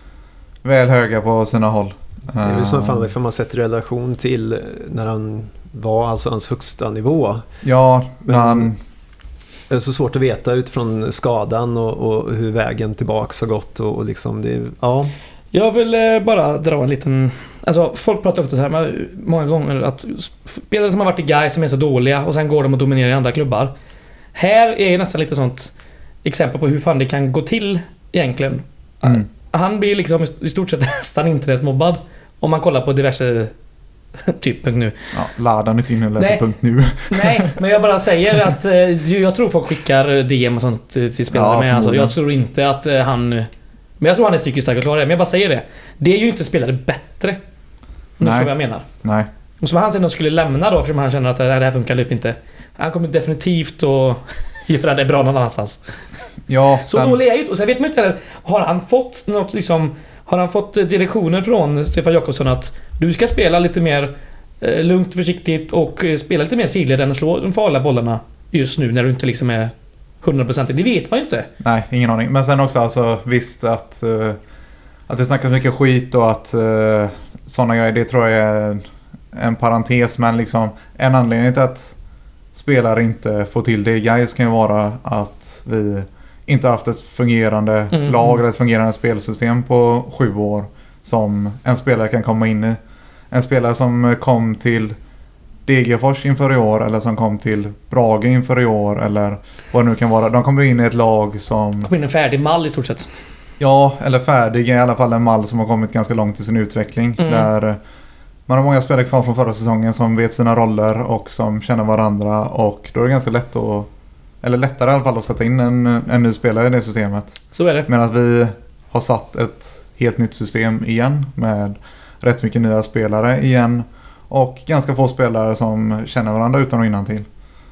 väl höga på sina håll. Det är väl så fan för man sätter i relation till när han var alltså hans högsta nivå. Ja, Men han... det är så svårt att veta utifrån skadan och, och hur vägen tillbaka har gått och, och liksom det, ja. Jag vill eh, bara dra en liten... Alltså folk pratar också så här med, många gånger att spelare som har varit i Gais som är så dåliga och sen går de och dominerar i andra klubbar. Här är nästan lite sånt exempel på hur fan det kan gå till egentligen. Mm. Han blir liksom i stort sett nästan internetmobbad om man kollar på diverse typ punkt nu. Ja, Ladan är inne och läser Nej. punkt nu. Nej, men jag bara säger att eh, jag tror folk skickar D M och sånt till till spelare Ja, med. Alltså, förmodligen. jag tror inte att eh, han... Men jag tror han är psykiskt stark och klar det. Men jag bara säger det. Det är ju inte spelare bättre. Om du Nej. förstår vad jag menar. Nej. Och som han sen då skulle lämna då, för han känner att det här funkar typ inte. Han kommer definitivt att göra det bra någon annanstans. Ja, Så sen, dålig är ju inte. Och sen vet man inte heller, har han fått något liksom... Har han fått direktioner från Stefan Jakobsson att du ska spela lite mer eh, lugnt, försiktigt och eh, spela lite mer sidled än att slå de farliga bollarna just nu när du inte liksom är hundra procent. Det vet man ju inte. nej, ingen aning. Men sen också alltså, visst att, uh, att det snackas mycket skit och att uh, sådana grejer, det tror jag är en, en parentes. Men liksom en anledning till att spelare inte får till det i Gais kan ju vara att vi inte haft ett fungerande Mm. lag eller ett fungerande spelsystem på sju år som en spelare kan komma in i. En spelare som kom till Degerfors inför i år eller som kom till Brage inför i år eller vad det nu kan vara. De kommer in i ett lag som... Kom in en färdig mall i stort sett. Ja, eller färdig i alla fall en mall som har kommit ganska långt i sin utveckling. Mm. Där man har många spelare kvar från förra säsongen som vet sina roller och som känner varandra och då är det ganska lätt att... Eller lättare i alla fall att sätta in en, en ny spelare i det systemet. Så är det. Men att vi har satt ett helt nytt system igen med rätt mycket nya spelare igen och ganska få spelare som känner varandra utan och innantill.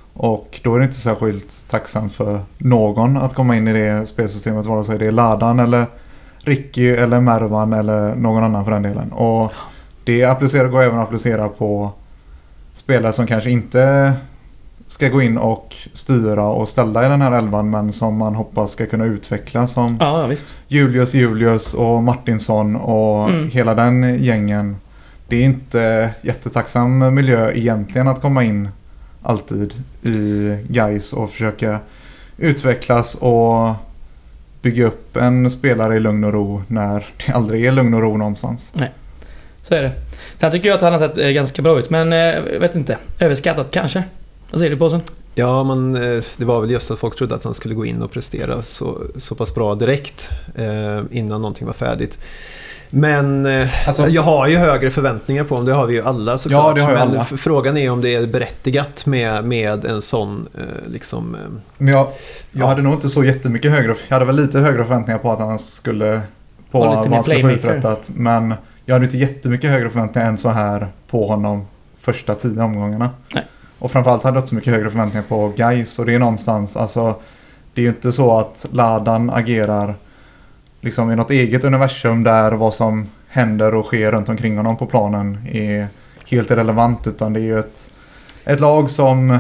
Och då är det inte särskilt tacksamt för någon att komma in i det spelsystemet, vare sig det är Ladan eller Ricky eller Mervan eller någon annan för den delen. Och det applicerar, går även att applicera på spelare som kanske inte ska gå in och styra och ställa i den här elvan men som man hoppas ska kunna utvecklas som Ja, ja, visst. Julius Julius och Martinsson och Mm. hela den gängen. Det är inte jättetacksam miljö egentligen att komma in alltid i Gais och försöka utvecklas och bygga upp en spelare i lugn och ro när det aldrig är lugn och ro någonstans. Så är det. Sen tycker jag att han har sett eh, ganska bra ut. Men eh, vet inte. Överskattat kanske. Vad säger du på sen? Ja, men eh, det var väl just att folk trodde att han skulle gå in och prestera så, så pass bra direkt eh, innan någonting var färdigt. Men eh, Alltså- jag har ju högre förväntningar på honom, det har vi ju alla såklart. Ja, det har ju men alla. f- frågan är om det är berättigat med, med en sån eh, liksom... Eh, Men jag, jag Ja. hade nog inte så jättemycket högre. Jag hade väl lite högre förväntningar på att han skulle på Och lite vad mer han skulle få playmaker. uträttat. Men jag hade inte jättemycket högre förväntningar än så här på honom första tio omgångarna. Nej. Och framförallt hade jag inte så mycket högre förväntningar på Gais. Och det är någonstans, alltså det är ju inte så att Ladan agerar liksom i något eget universum där vad som händer och sker runt omkring honom på planen är helt irrelevant, utan det är ju ett, ett lag som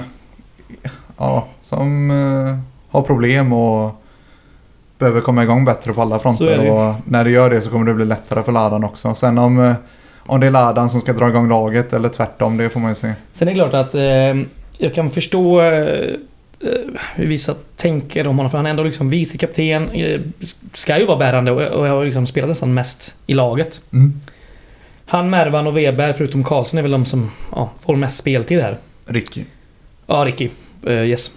ja, som uh, har problem och behöver komma igång bättre på alla fronter, och när det gör det så kommer det bli lättare för Ladan också. Sen om, uh, om det är Ladan som ska dra igång laget eller tvärtom, det får man ju se. Sen är det klart att eh, jag kan förstå eh, hur vissa tänker om honom, för han är ändå liksom vice kapten, eh, ska ju vara bärande och, och jag har liksom spelat nästan mest i laget. Mm. Han, Mervan och Weber förutom Karlsson är väl de som ja, får mest speltid här. Ricky. Ja, Ricky. Uh, yes.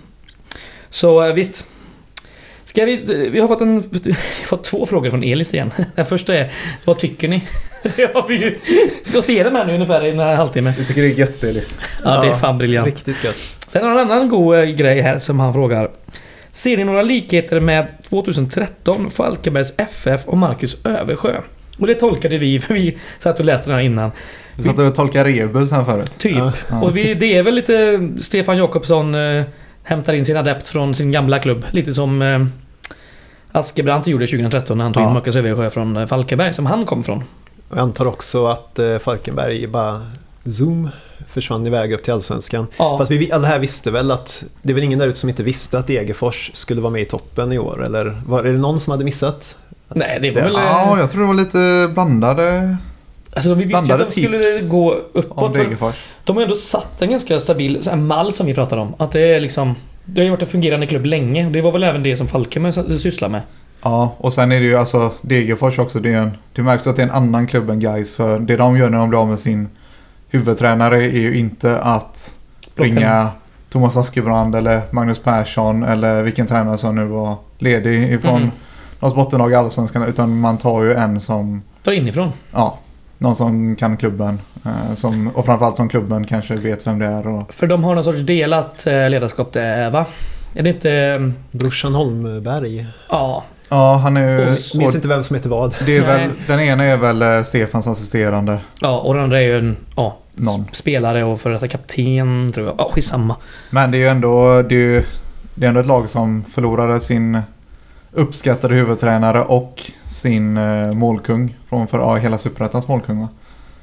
Så uh, visst. Ska vi, vi har fått en vi har fått två frågor från Elis igen. Den första är, vad tycker ni? Det har vi ju gått igenom här nu ungefär i den här halvtimmen. Jag tycker det är gött, Elis. Ja, det är fan briljant. Riktigt gött. Sen har han en annan god uh, grej här som han frågar. Ser ni några likheter med tjugohundratretton, Falkenbergs F F och Marcus Översjö? Och det tolkade vi, för vi satt och läste den här innan. Du satt och tolkade Rebus här förut. Typ. Ja. Och vi, det är väl lite Stefan Jakobsson eh, hämtar in sin adept från sin gamla klubb. Lite som eh, Askebrandt gjorde tjugohundratretton när han tog Ja. in Marcus Översjö från eh, Falkenberg, som han kom från. Jag antar också att eh, Falkenberg bara zoom försvann iväg upp till Allsvenskan. Ja. Fast vi alla här visste väl att det är väl ingen där ute som inte visste att Degerfors skulle vara med i toppen i år, eller var är det någon som hade missat? Nej, det var Det- väl... Ja, jag tror det var lite blandade Alltså vi visste ju att blandade de skulle tips gå om uppåt. För Degerfors. de har ändå satt en ganska stabil så här, mall som vi pratade om. Att det är liksom... Det har ju varit en fungerande klubb länge. Det var väl även det som Falkenberg sysslar med. Ja, och sen är det ju alltså Degerfors också. Det, är en, det märks att det är en annan klubb än Gais, för det de gör när de blir av med sin huvudtränare är ju inte att ringa Thomas Askebrand eller Magnus Persson eller vilken tränare som nu var ledig ifrån Mm. något bottenlag i Allsvenskan, utan man tar ju en som, Tar inifrån. ja, någon som kan klubben, eh, som, och framförallt som klubben kanske vet vem det är. Och, För de har någon sorts delat eh, ledarskap där, va? Är det inte... eh, Brorsan Holmberg. Ja. ja, han är ju... Jag och minns inte vem som heter vad. det är väl, Nej. den ena är väl eh, Stefans assisterande. Ja, och den andra är ju en ja, Någon. spelare och före detta kapten, tror jag. Ja, skitsamma. Men det är ju ändå, det är ju, det är ändå ett lag som förlorade sin uppskattade huvudtränare och sin eh, målkung från för ja, hela Superettans målkung, va?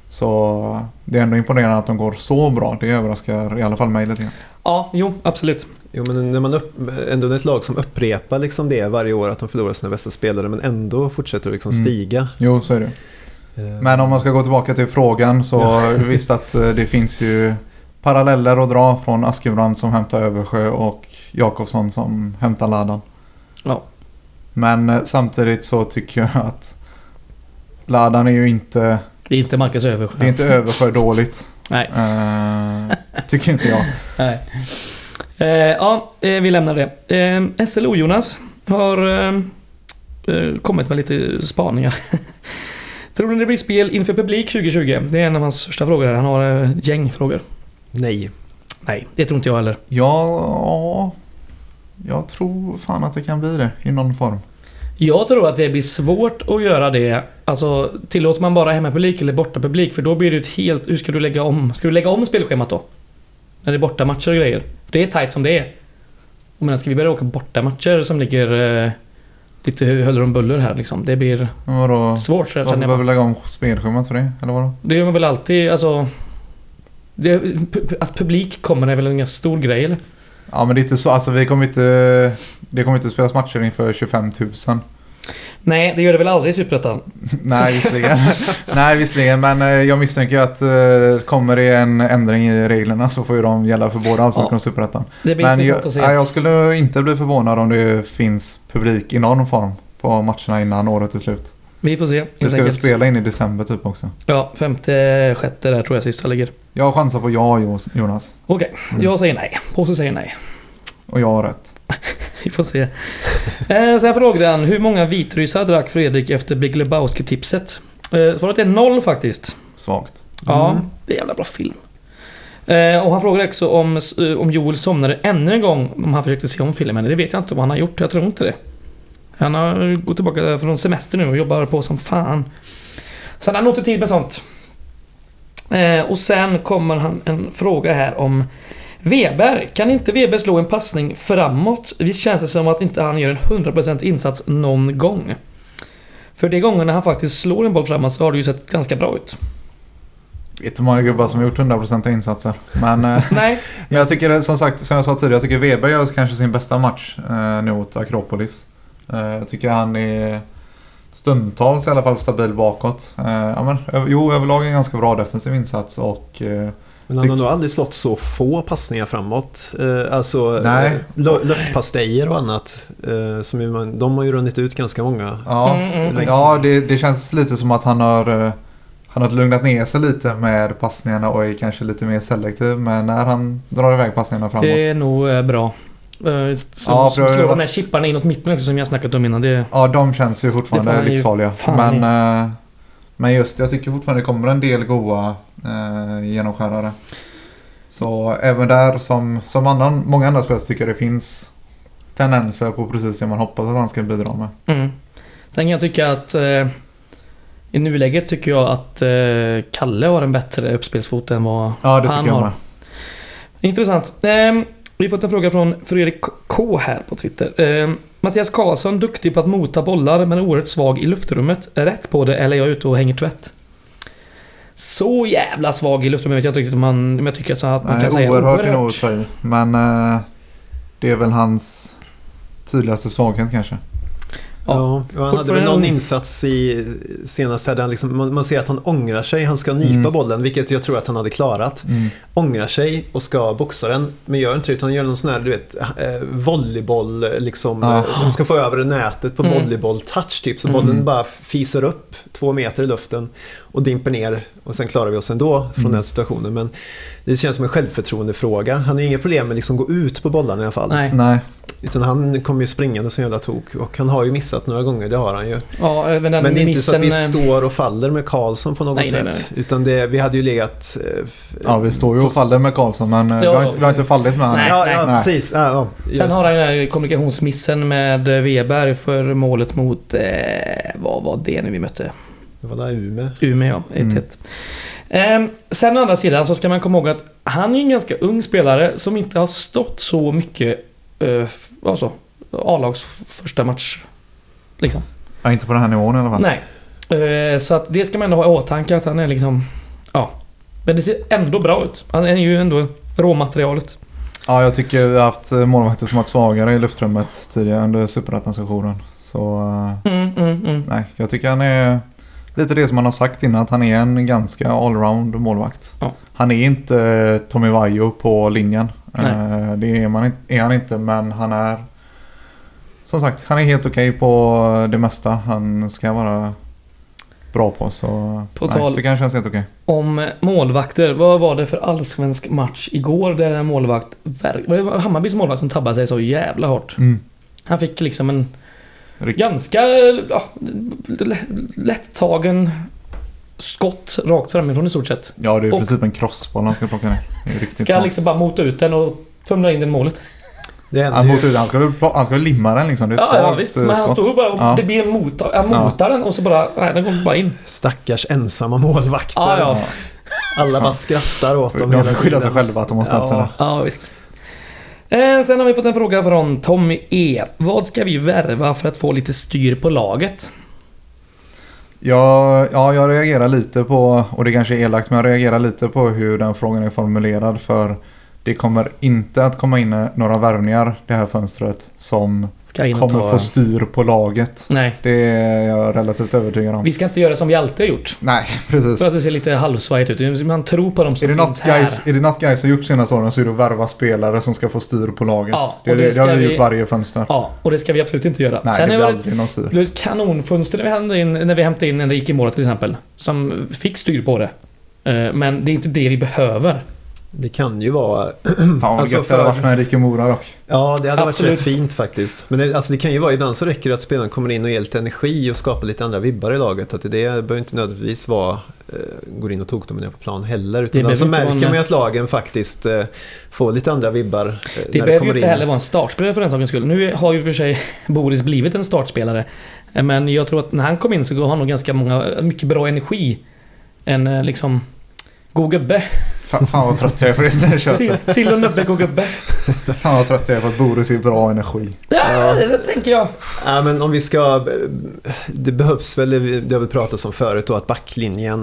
Så det är ändå imponerande att de går så bra. Det överraskar i alla fall mig lite grann. Ja, jo, absolut. Jo, men när man upp, ändå är ett lag som upprepar liksom det varje år, att de förlorar sina bästa spelare, men ändå fortsätter att liksom Mm. stiga. Jo, så är det. Eh, Men om man ska gå tillbaka till frågan så Ja. visst att eh, det finns ju paralleller att dra från Askebrand som hämtar Översjö och Jakobsson som hämtar Ladan. Ja. Men eh, samtidigt så tycker jag att Ladan är ju inte, Det är inte Marcus Översjö. det är inte Översjö dåligt. Nej. Eh, tycker inte jag. Nej. Eh, ja, eh, vi lämnar det. Eh, S L O Jonas har eh, eh, kommit med lite spaningar. Tror ni det blir spel inför publik tjugo tjugo? Det är en av hans första frågor här. Han har eh, gäng frågor. Nej. Nej, det tror inte jag heller. Ja, jag tror fan att det kan bli det i någon form. Jag tror att det blir svårt att göra det. Alltså, tillåter man bara hemmapublik eller bortapublik? För då blir det ett helt... Hur ska du lägga om? Ska du lägga om spelschemat då? När det är bortamatcher och grejer. Det är tajt som det är. Och men ska vi börja åka bortamatcher som ligger eh, lite höller om buller här liksom? Det blir Men vadå? svårt, så jag Varför känner behöver jag. vi lägga om spelschemat för det? Eller vadå? Det är väl alltid, alltså... Det, pu- att publik kommer är väl en ganska stor grej, eller? Ja, men det är inte så. Alltså vi kommer inte... Det kommer inte spelas matcher inför tjugofem tusen. Nej, det gör det väl aldrig i Superettan. Nej, visserligen. Nej, visserligen. Men eh, jag misstänker ju att eh, kommer det en ändring i reglerna så får ju de gälla för båda Allsvenskan Ja. och Superettan. Det blir Men intressant jag, att se. ja, jag skulle inte bli förvånad om det finns publik i någon form på matcherna innan året är slut. Vi får se. Det helt ska vi enkelt. spela in i december typ också. Ja, femte, sjätte där tror jag sista ligger. Jag chansar på ja, Jonas. Okej, Mm. jag säger nej. Påse säger nej. Och jag har rätt. Vi får se. Eh, sen frågade han, hur många vitrysar drack Fredrik efter Big Lebowski-tipset? Eh, svaret är noll faktiskt. Svagt. Ja, Mm. det är en jävla bra film. Eh, och han frågade också om, eh, om Joel somnade ännu en gång om han försökte se om filmen. Det vet jag inte vad han har gjort, jag tror inte det. Han har gått tillbaka från semester nu och jobbar på som fan. Så han har nog inte tid med sånt. Eh, och sen kommer han en fråga här om Weber. Kan inte Weber slå en passning framåt? Visst känns det som att inte han gör en hundra procent insats någon gång. För de gångerna han faktiskt slår en boll framåt så har det ju sett ganska bra ut. vet inte hur många gubbar som har gjort hundra procent insatser. Men, eh, Nej. men jag tycker, som sagt, som jag sa tidigare, jag tycker Weber gör kanske sin bästa match eh, nu mot Akropolis. Eh, jag tycker han är stundtals i alla fall stabil bakåt. Eh, ja, men, jo, överlag en ganska bra defensiv insats och... Eh, Men han har nog aldrig slått så få passningar framåt. Eh, alltså Nej. eh, luftpastejer och annat. Eh, som man, de har ju runnit ut ganska många. Ja, Mm, mm. ja det, det känns lite som att han har, eh, han har lugnat ner sig lite med passningarna och är kanske lite mer selektiv. Men när han drar iväg passningarna framåt. Det är nog eh, bra. Uh, så, Ja, så för- slår de här chipparna inåt mitten också, som jag snackat om innan. Det, Ja, de känns ju fortfarande Det får han ju livsfarliga. fan Men, eh, men just jag tycker fortfarande det kommer en del goa eh, genomskärare. Så även där som, som annan, många andra spelare tycker jag det finns tendenser på precis det man hoppas att han ska bidra med. mm. Sen kan jag tycka att eh, i nuläget tycker jag att eh, Kalle har en bättre uppspelsfot än vad Ja, det han tycker jag har. med. Intressant. Eh, vi har fått en fråga från Fredrik K här på Twitter. Eh, Mattias Karlsson, duktig på att mota bollar men oerhört svag i luftrummet. Är rätt på det eller är jag ute och hänger tvätt? Så jävla svag i luftrummet vet jag inte riktigt om, man, om jag tycker att, att man Nej, kan säga oerhört är nog att ta i. Men eh, det är väl hans tydligaste svaghet kanske. Ja. Ja, och han hade väl Fortfarande- någon insats i senast här där han liksom, man, man ser att han ångrar sig. Han ska nypa Mm. bollen, vilket jag tror att han hade klarat. Ångrar sig och ska boxa den, men gör inte det utan han gör någon sån här, du vet, eh, volleyboll liksom, Ja. eh, han ska få över nätet på Mm. volleyboll-touch typ, så Mm. bollen bara fiser upp två meter i luften och dimper ner och sen klarar vi oss ändå från Mm. den situationen. Men det känns som en självförtroendefråga. Han har inga problem med liksom gå ut på bollarna i alla fall. Nej. Nej. Utan han kommer ju springande som jävla tok och han har ju missat några gånger, det har han ju. Ja, även den Men det är inte så att missen, vi eh, står och faller med Karlsson på något Nej, nej, sätt. Utan det, vi hade ju legat... eh, f- Ja, vi står ju och faller med Karlsson men eh, Ja. vi, har inte, vi har inte fallit med honom. Nej. Ja, ja precis. Ja, ja. Sen har han den här kommunikationsmissen med Weber för målet mot... Eh, vad var det nu vi mötte? Det var där Umeå. Umeå, ja. ett ett. Mm. Eh, sen å andra sidan så ska man komma ihåg att han är en ganska ung spelare som inte har stått så mycket... Eh, f- alltså, A-lags första match. Liksom. Ja, inte på den här nivån i alla fall. Nej. Eh, så att det ska man ändå ha i åtanke att han är liksom... Ja. Men det ser ändå bra ut. Han är ju ändå råmaterialet. Ja, jag tycker vi har haft målvakter som varit svagare i luftrummet tidigare under superettan-sessionen. Så eh, Mm, mm, mm. nej, jag tycker han är lite det som man har sagt innan, att han är en ganska allround målvakt. Ja. Han är inte Tommy Vaiho på linjen. Nej. Eh, det är, man, inte- är han inte, men han är som sagt, han är helt okej på det mesta han ska vara bra på. Så På nej, tal- det kanske känns helt okej. Om målvakter, vad var det för allsvensk match igår där en målvakt, var det Hammarbys målvakt som tabbade sig så jävla hårt? Mm. Han fick liksom en Rick- ganska ja, lättagen skott rakt framifrån i stort sett. Ja, det är i Och- princip en crossboll han ska plocka ner. Det är riktigt Ska han smart. liksom bara mota ut den och fumla in den i målet? Det Han, händer mot, ju, han, ska väl, han ska väl limma den liksom. Det är ett Ja, ja svagt, visst, eh, men han skott. står bara och Ja. det blir en mota, han motar den och så bara, nej den går bara in. stackars ensamma målvakter. Ja, ja. Alla bara skrattar åt dem De hela får skylla sig tiden. själva att de har ställt sig Ja. där. Ja, visst. Eh, sen har vi fått en fråga från Tommy E. Vad ska vi värva för att få lite styr på laget? Ja, ja, jag reagerar lite på, och det kanske är elakt, men jag reagerar lite på hur den frågan är formulerad, för det kommer inte att komma in några värvningar det här fönstret som Ska in och kommer ta... få styr på laget. Nej, Det är jag relativt övertygad om. vi ska inte göra som vi alltid har gjort. Nej, precis. För att det ser lite halvsvajigt ut. Man tror på dem som Är det, finns något här. guys, är det något guys har gjort senaste åren så är det att värva spelare som ska få styr på laget. Ja, det, och det, det det, ska har vi vi- gjort varje fönster. Ja, och det ska vi absolut inte göra. Nej, Sen det är blir det aldrig någon styr. det var ett kanonfönster när vi hämtade in, när vi hämtade in Enrique Mora till exempel. Som fick styr på det. Eh, Men det är inte det vi behöver. Det kan ju vara... Fan vad Alltså, gött det hade för- varit med Enrique Mora dock. Ja, det hade Absolut. varit rätt fint faktiskt. Men det, alltså, det kan ju vara, ibland så räcker det att spelaren kommer in och ger lite energi och skapar lite andra vibbar i laget. Att det behöver inte nödvändigtvis vara eh, går in och tokdominerar på plan heller. Utan Det alltså, behöver inte märker vara man en- ju att lagen faktiskt eh, får lite andra vibbar eh, Det när det behöver ju kommer inte in. heller vara en startspelare för den sakens skull. Nu har ju för sig Boris blivit en startspelare. Eh, Men jag tror att när han kom in så gav han nog ganska många, mycket bra energi. En eh, liksom god gubbe. Fan, fan vad trött jag är på det här Sill, köttet. sill och nubbe, god gubbe. Fan vad trött jag är på att Boris är bra energi. Ja, det tänker jag. Ja, men om vi ska... Det behövs väl, det har vi pratat om förut då, att backlinjen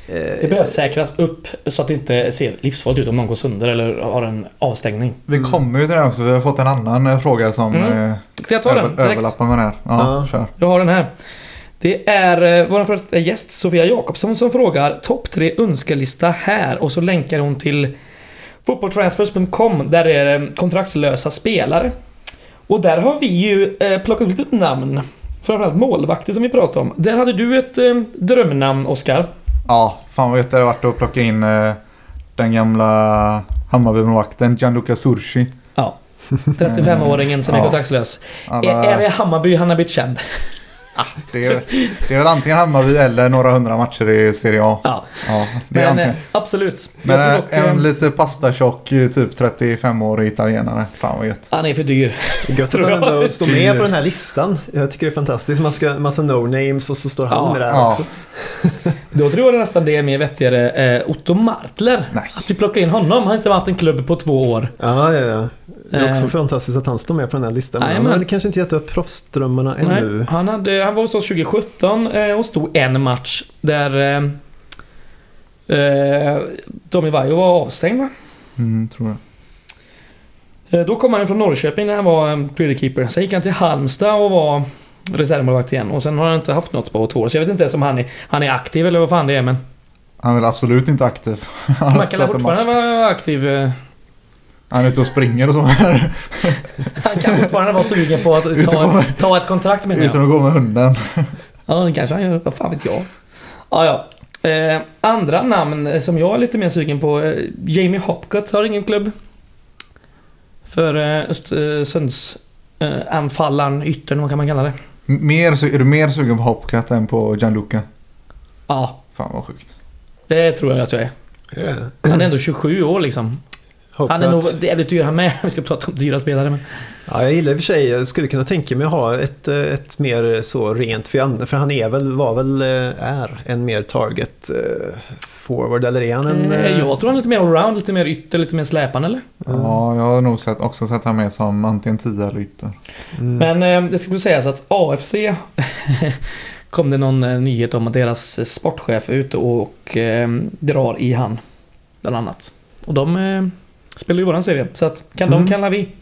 Det behöver säkras upp så att det inte ser livsfarligt ut om någon går sönder eller har en avstängning. Vi kommer ju till det också. Vi har fått en annan fråga som Mm. eh, Ska jag ta över, den direkt? överlappar med den här. Ja, Ja. kör. Jag har den här. Det är eh, vår första gäst Sofia Jakobsson som frågar topp tre önskelista här och så länkar hon till fotbolltransfers punkt com där det är kontraktslösa spelare. Och där har vi ju eh, plockat ut ett namn. Framförallt målvakter som vi pratade om. Där hade du ett eh, drömnamn, Oskar. Ja, fan vad vet det har varit att plocka in eh, den gamla Hammarby-målvakten Gianluca Surchi. Ja. trettiofemåringen som är Ja. kontraktslös. Alla, Är, är det Hammarby han har blivit känd? det, är, det är väl antingen Hammarby eller några hundra matcher i Serie A. Ja. Ja, det är Men antingen. eh, absolut. Men Jag eh, tror dock, eh, en lite pastatjock typ trettiofem-årig italienare. Fan vad gött. han är för dyr. Gött att han ändå står med på den här listan. Jag tycker det är fantastiskt. Man ska massa no-names och så står han Ja. med där Ja. också. Då tror jag nästan det är mer vettigare eh, Otto Martler. Nej. Att vi plockar in honom. Han har inte haft en klubb på två år. Ja, ja, ja. Det är också Eh. fantastiskt att han står med på den här listan. Men han Jajamän. hade kanske inte gett upp proffsdrömmarna ännu. Nej, han, hade, han var hos oss tjugosjutton eh, och stod en match där eh, eh, Tommy Vaiho var avstängd, va? Mm, tror jag. Eh, då kom han från Norrköping när han var en pretty keeper. Sen gick han till Halmstad och var reservmålvakt igen. Och sen har han inte haft något på två år. Så jag vet inte ens om han är, han är aktiv eller vad fan det är, men Han är väl absolut inte aktiv. Han har man inte kan väl spelat en fortfarande match. vara aktiv. eh, Han är ute och springer och så. Han kan fortfarande vara sugen på att Utan ta, att- ta ett kontrakt med Utan mig. att gå med hunden. Ja, det kanske han gör. Vad fan vet jag. Ja, ja. Eh, andra namn som jag är lite mer sugen på. Eh, Jamie Hopcott har ingen klubb. För eh, Östersunds eh, anfallaren, yttern, vad kan man kalla det? Mer, su- är du mer sugen på Hopcat än på Gianluca? Ja, Fan vad sjukt. det tror jag att jag är. Yeah. Han är ändå tjugosju år liksom. Han är nog jävligt dyr han med. Vi ska prata om dyra spelare. Men... Ja, jag gillar i och för sig. Jag skulle kunna tänka mig att ha ett, ett mer så rent för han, för han är väl, var väl, är en mer target uh, forward, eller är han en... Eh, Uh, jag tror han är lite mer allround, lite mer ytter, lite mer släpande, eller? Ja, jag har nog sett, också sett han med som antingen tia eller ytter. mm. Men eh, det skulle sägas att A F C kom det någon eh, nyhet om att deras sportchef är ute och eh, drar i han, bland annat. Och de eh, spelar ju våran serie, så att kan Mm. de kallar vi.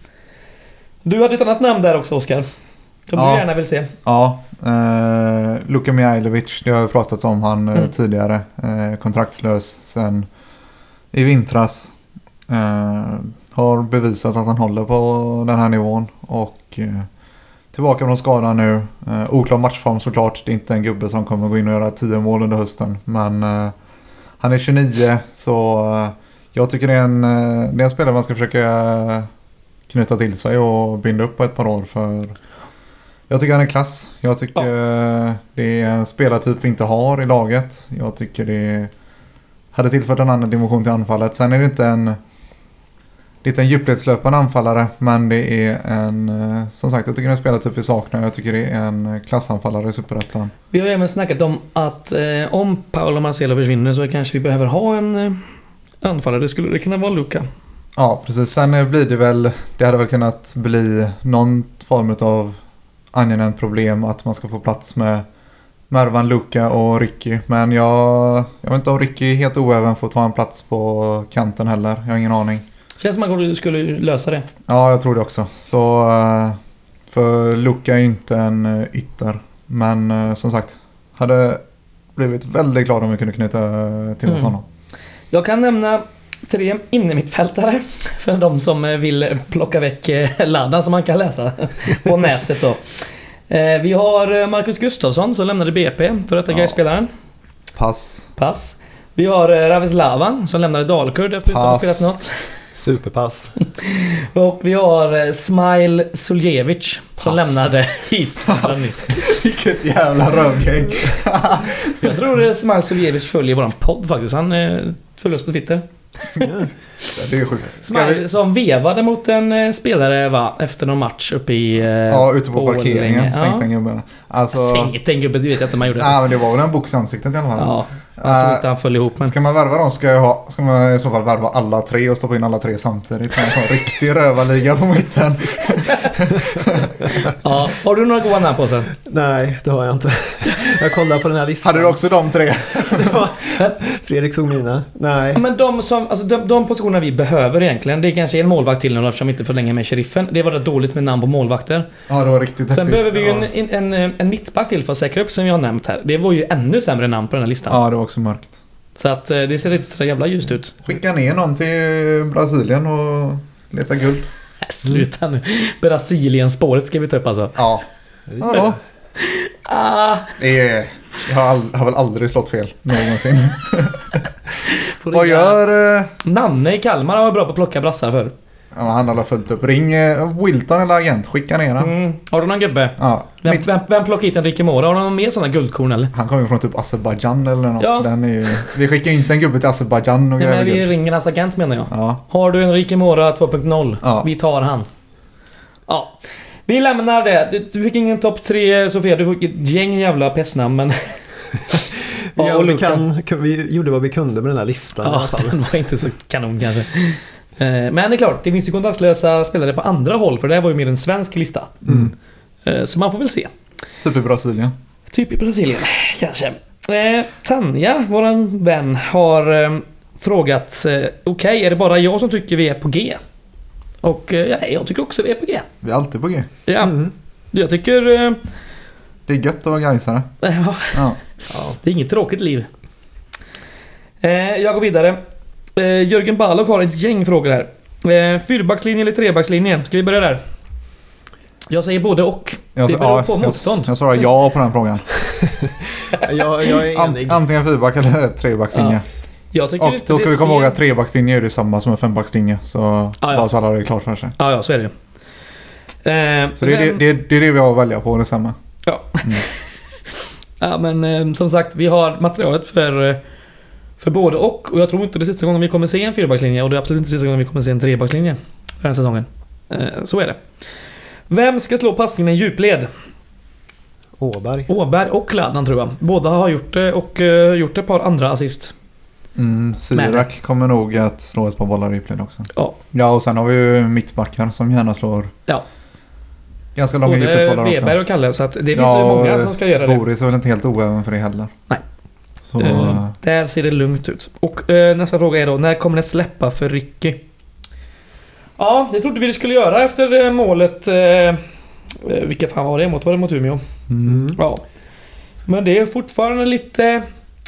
Du hade ett annat namn där också, Oskar. Som Ja. du gärna vill se. Ja, eh, Luka Mihailovic, det har jag pratat om han eh, Mm. tidigare. Eh, kontraktslös sen i vintras. Eh, har bevisat att han håller på den här nivån. Och eh, tillbaka från skadan nu. Eh, oklar matchform såklart. Det är inte en gubbe som kommer gå in och göra tio mål under hösten. Men eh, han är tjugonio, så eh, jag tycker det är, en, eh, det är en spelare man ska försöka knyta till sig och binda upp på ett par år. För jag tycker han är klass. Jag tycker eh, det är en spelartyp vi inte har i laget. Jag tycker det hade tillfört en annan dimension till anfallet. Sen är det inte en det är inte en djupledslöpande anfallare, men det är en, eh, som sagt, jag tycker det är en spelartyp vi saknar. Jag tycker det är en klassanfallare i Superettan. Vi har även snackat om att eh, om Paolo Marcelo försvinner så kanske vi behöver ha en eh, anfallare. Det skulle det kunna vara Luka. Ja, precis. Sen eh, blir det väl, det hade väl kunnat bli någon form av angenämt problem att man ska få plats med Mervan, Luka och Ricky. Men jag, jag vet inte om Ricky är helt oäven får ta en plats på kanten heller. Jag har ingen aning. Känns som att man skulle lösa det. Ja, jag tror det också. Så eh, för Luka är inte en eh, ytter. Men eh, som sagt, hade blivit väldigt glad om vi kunde knyta till oss Mm. honom. Jag kan nämna tre innermittfältare för de som eh, vill plocka väck eh, laddan som man kan läsa på nätet då. Eh, vi har eh, Marcus Gustafsson som lämnade B P för att Ja. Gais-spelaren. Pass. Pass. Vi har eh, Ravislavan som lämnade Dalkurd efter att inte ha Pass. spelat något. Superpass. Och vi har eh, Smile Suljevic som Pass. lämnade Island nyss. Vilket jävla rövgäng. Jag tror att Smile Suljevic följer våran podd faktiskt. Han eh, följer oss på Twitter. Ja. Det är sjukt. Ska Smile vi... som vevade mot en eh, spelare va, efter någon match uppe i... Eh, Ja, ute på Borlänge. parkeringen. Sänkte Ja. en gubbe. Alltså... Sänkt en gubbe, det vet jag inte om man gjorde. Nej, men det var väl en box i ansiktet i alla fall. Ja, jag tror inte han föll ihop. Men... Ska man värva dem ska, jag ha, ska man i så fall värva alla tre och stoppa in alla tre samtidigt. En sån riktig rövarliga på mitten. Ja, har du några goda namn på sen? Nej, det har jag inte. Jag kollar på den här listan. Hade du också de tre? Det var... Fredrik tog mina. Nej. Men de, som, alltså de, de positionerna vi behöver egentligen, det är kanske en målvakt till nu eftersom vi inte förlänger med sheriffen. Det var rätt dåligt med namn på målvakter. Ja, det var riktigt Sen deppigt. behöver vi ju Ja. en, en, en, en mittback till för att säkra upp som vi har nämnt här. Det var ju ännu sämre namn på den här listan. Ja, det var också mörkt. Så att eh, det ser lite så jävla ljust ut. Skicka ner någon till Brasilien och leta guld. Sluta nu. Brasilien-spåret ska vi ta upp alltså. Ja. Ja då. Ah, Det är... Jag har, all, har väl aldrig slått fel någonsin. får Vad ringa. gör... eh, Nanne i Kalmar var bra på att plocka brassar för. Ja, han har följt upp. Ring eh, Wilton eller agent. Skicka ner han. Mm. Har du någon gubbe? Ja. Vem, Mitt, vem, vem plockar hit en Ricky Mora? Har du någon mer sådana guldkorn eller? han kommer ju från typ Azerbaijan eller något. Ja. Den är ju, vi skickar inte en gubbe till Azerbaijan och Nej, gräver men vi guld. ringer hans agent menar jag. Ja. Har du en Ricky Mora två punkt noll? Ja. Vi tar han. Ja. Vi lämnar det. Du, du fick ingen topp tre, Sofia. Du fick ett gäng jävla pestnamn, men... Ja, och vi, Lukan. kan, vi gjorde vad vi kunde med den här listan i alla Ja, fall. den var inte så kanon kanske. Eh, Men det är klart, det finns ju kontraktslösa spelare på andra håll, för det här var ju mer en svensk lista. Mm. Eh, Så man får väl se. Typ i Brasilien. Typ i Brasilien, kanske. Eh, Tanja, våran vän, har eh, frågat eh, okej, okay, är det bara jag som tycker vi är på G? Och eh, ja, jag tycker också vi är på G. Vi är alltid på G. Ja, Mm. jag tycker... Eh, Det är gött att vara gaisare. ja, Ja. Ja. det är inget tråkigt liv. Eh, jag går vidare. Eh, Jörgen Balog har ett gäng frågor här. Eh, fyrbackslinje eller trebackslinje? Ska vi börja där? Jag säger både och. Jag, Det beror ja, på jag, motstånd. jag svarar ja på den frågan. Jag, jag är Ant, enig. antingen fyrback eller trebackslinje. Jag tycker Och inte då ska det vi komma ser- ihåg att trebackslinje är det samma som en fembackslinje. Så ja. bara så alla har det klart för sig. Ja, ja, så är det. Eh, Så det är det, men- det, det är det vi har att välja på, det stämmer. Ja. Mm. Ja, men eh, som sagt, vi har materialet för, eh, för både och. Och jag tror inte det är sista gången vi kommer se en fyrbackslinje. Och det är absolut inte sista gången vi kommer se en trebackslinje för den här säsongen. Eh, så är det. Vem ska slå passningen i djupled? Åberg. Åberg och Ladan tror jag. Båda har gjort det och eh, gjort ett par andra assist. Mm, Sirak kommer nog att slå ett par bollar i play också. Ja. Ja, och sen har vi ju mittbackar som gärna slår Ja. ganska långa Både djupledsbollar också. Weber och Kalle. Så att det finns Ja, ju många som ska göra det. Boris är väl inte helt oäven för det heller. Nej. Så, Eh, där ser det lugnt ut. Och eh, nästa fråga är då, när kommer det släppa för Ricky? Ja, det trodde vi det skulle göra efter eh, målet. Eh, eh, vilka fan var det mot? Var det mot Umeå? mm. Ja. Men det är fortfarande lite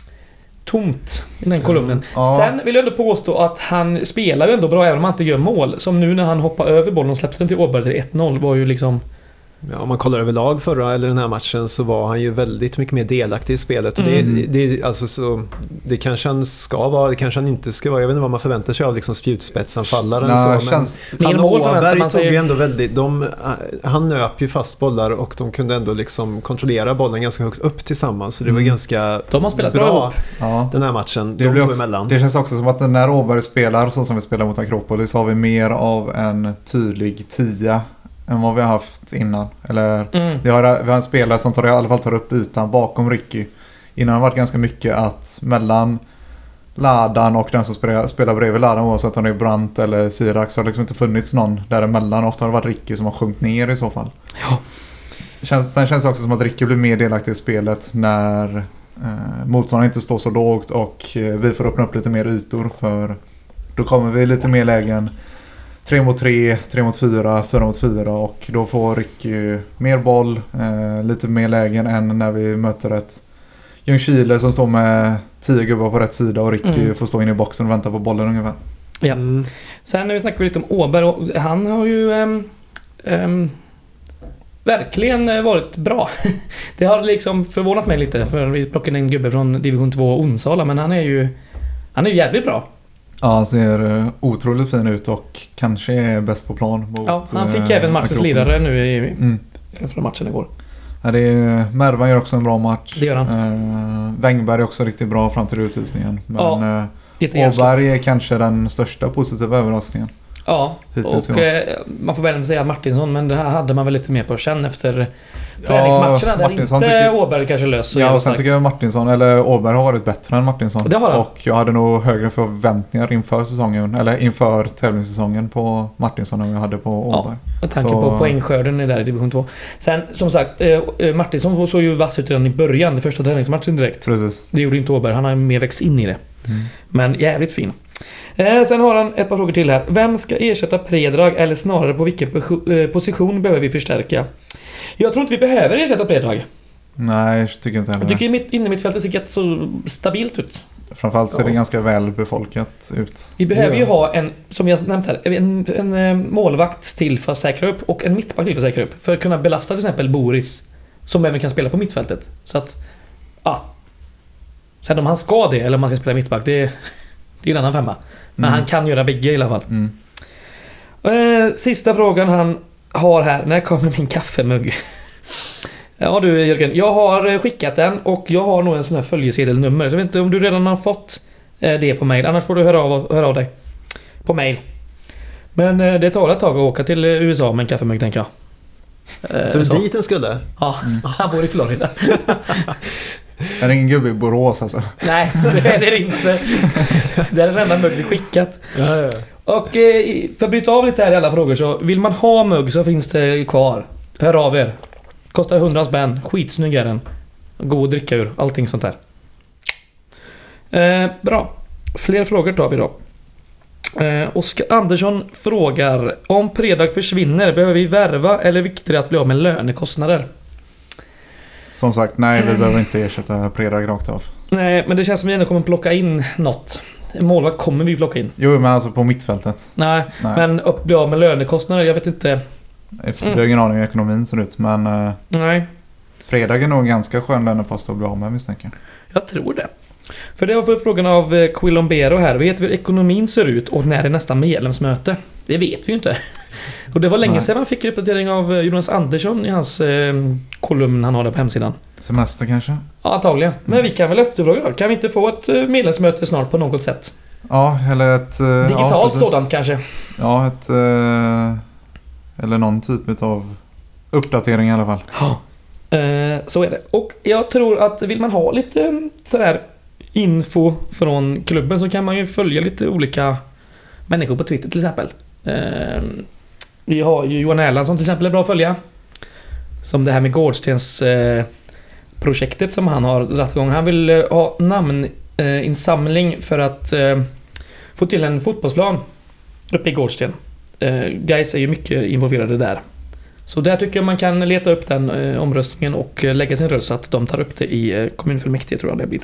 tomt i den kolumnen. Ja. Sen vill jag ändå påstå att han spelar ju ändå bra även om han inte gör mål. Som nu när han hoppar över bollen och släppte den till Åberg till ett noll var ju liksom... Ja, om man kollar överlag förra eller den här matchen så var han ju väldigt mycket mer delaktig i spelet. Och Mm. det, det, alltså, så, det kanske han ska vara, det kanske han inte ska vara. Jag vet inte vad man förväntar sig av liksom spjutspetsanfallaren. Nej, så, men känns, Mer han mål och förväntar Åberg man tog sig. ju ändå väldigt... De, han nöp ju fast bollar och de kunde ändå liksom kontrollera bollen ganska högt upp tillsammans. Så det var Mm. ganska De har spelat bra bra ihop. ja. den här matchen. Det, De blir två också, emellan. det känns också som att när Åberg spelar så som vi spelar mot Akropolis så har vi mer av en tydlig tia än vad vi har haft innan. Eller Mm. vi har, vi har en spelare som tar, i alla fall tar upp ytan bakom Ricky. Innan har det varit ganska mycket att mellan Ladan och den som spelar, spelar bredvid Ladan, oavsett om det är Brandt eller Sirak, så har det liksom inte funnits någon däremellan. Ofta har det varit Ricky som har sjunkit ner i så fall. Ja. Känns, sen känns det också som att Ricky blir mer delaktig i spelet när eh, motståndaren inte står så lågt och eh, vi får öppna upp lite mer ytor, för då kommer vi lite mer lägen. Tre mot tre, tre mot fyra, fyra mot fyra, och då får Ricky mer boll, eh, lite mer lägen än när vi möter ett Ljungskile som står med tio gubbar på rätt sida och Ricky Mm. får stå in i boxen och vänta på bollen ungefär. Ja. Mm. Sen nu snackar vi lite om Åberg och han har ju ehm, ehm, verkligen eh, varit bra. Det har liksom förvånat mig lite, för vi plockade en gubbe från division två Onsala, men han är ju han är ju jävligt bra. Ja, han ser eh, otroligt fin ut och kanske är bäst på plan mot Ja, han fick eh, även matchens Akropolis. lirare nu i, Mm. från matchen igår. Ja, det är, Mervan gör också en bra match. Det gör han. Eh, Wängberg är också riktigt bra fram till utvisningen. Men Ja, eh, Lite hjärnsläpp. Åberg är kanske den största positiva överraskningen. Ja, Hittills och i år. eh, man får väl säga Martinsson, men det här hade man väl lite mer på känn efter träningsmatcherna där Martinsson inte tycker- Åberg kanske lös. så Ja, jävla och sen starkt. tycker jag Martinsson, eller Åberg har varit bättre än Martinsson. Det har han. Och jag hade nog högre förväntningar inför säsongen, eller inför tävlingssäsongen på Martinsson än jag hade på Åberg. Med tanke Så- på poängskörden är där i division två. Sen, som sagt, eh, Martinsson såg ju vass ut redan i början, det första träningsmatchen direkt. Precis. Det gjorde inte Åberg, han har ju mer växt in i det. Mm. Men jävligt fin. Eh, sen har han ett par frågor till här. Vem ska ersätta Predrag, eller snarare på vilken po- eh, position behöver vi förstärka? Jag tror inte vi behöver ersätta Predrag. Nej, jag tycker inte heller Jag det. tycker mitt, inne mittfältet ser inte så stabilt ut. Framförallt ser Ja. det ganska väl befolkat ut. Vi behöver ju Ja. ha en, som jag nämnt här, en, en, eh, målvakt till för att säkra upp och en mittback till för att säkra upp. För att kunna belasta till exempel Boris, som även kan spela på mittfältet. Så att, ja. Sen om han ska det, eller om han ska spela mittback, det, det är en annan femma. Men Mm. han kan göra bägge i alla fall. Mm. Eh, sista frågan han har här. När kommer min kaffemugg? Ja du Jörgen, jag har eh, skickat den och jag har nog en sån här följesedelnummer. Så jag vet inte om du redan har fått eh, det på mail. Annars får du höra av, höra av dig. På mail. Men eh, det tar ett tag att åka till eh, U S A med en kaffemugg, tänker jag. Eh, Så så. dit den skulle? Ja, han bor i Florida. Är det ingen gubbe i Borås alltså? Nej, det är det inte. Det är den enda mugg vi skickat. Ja, ja. Och eh, för att bryta av lite här i alla frågor, så vill man ha mugg så finns det kvar. Hör av er. Kostar hundra spänn. Skitsnygg är den. God att dricka ur. Allting sånt där. Eh, bra. Fler frågor tar vi då. Eh, Oskar Andersson frågar: om Predrag försvinner, behöver vi värva eller är det viktigare att bli av med lönekostnader? Som sagt, nej vi behöver inte ersätta Predrag rakt av. Nej, men det känns som att vi ändå kommer plocka in något. En målvakt kommer vi plocka in. Jo, men alltså på mittfältet. Nej, Nej. men upp, bli av med lönekostnader, jag vet inte. Jag har ingen aning hur ekonomin ser ut, men uh, Nej. Predrag är nog en ganska skön lönepost att bli av med, misstänker jag. Jag tror det. För det var för frågan av eh, Quilombero här. Vet vi hur ekonomin ser ut och när är nästa medlemsmöte? Det vet vi ju inte. Och det var länge Nej. sedan man fick uppdatering av eh, Jonas Andersson i hans eh, kolumn han har där på hemsidan. Semester kanske? Ja, antagligen. Men vi kan väl efterfråga då. Kan vi inte få ett eh, medlemsmöte snart på något sätt? Ja, eller ett... uh, ja, Digitalt precis. sådant kanske. Ja, ett... Uh, eller någon typ av uppdatering i alla fall. Ja. Eh, så är det. Och jag tror att vill man ha lite eh, så här info från klubben så kan man ju följa lite olika människor på Twitter till exempel. Eh, vi har ju Johan Erland som till exempel är bra att följa. Som det här med Gårdstens eh, projektet som han har dratt igång. Han vill eh, ha namninsamling för att eh, få till en fotbollsplan uppe i Gårdsten. Eh, Guys är ju mycket involverade där. Så där tycker jag man kan leta upp den eh, omröstningen och eh, lägga sin röst så att de tar upp det i eh, kommunfullmäktige, tror jag det blir.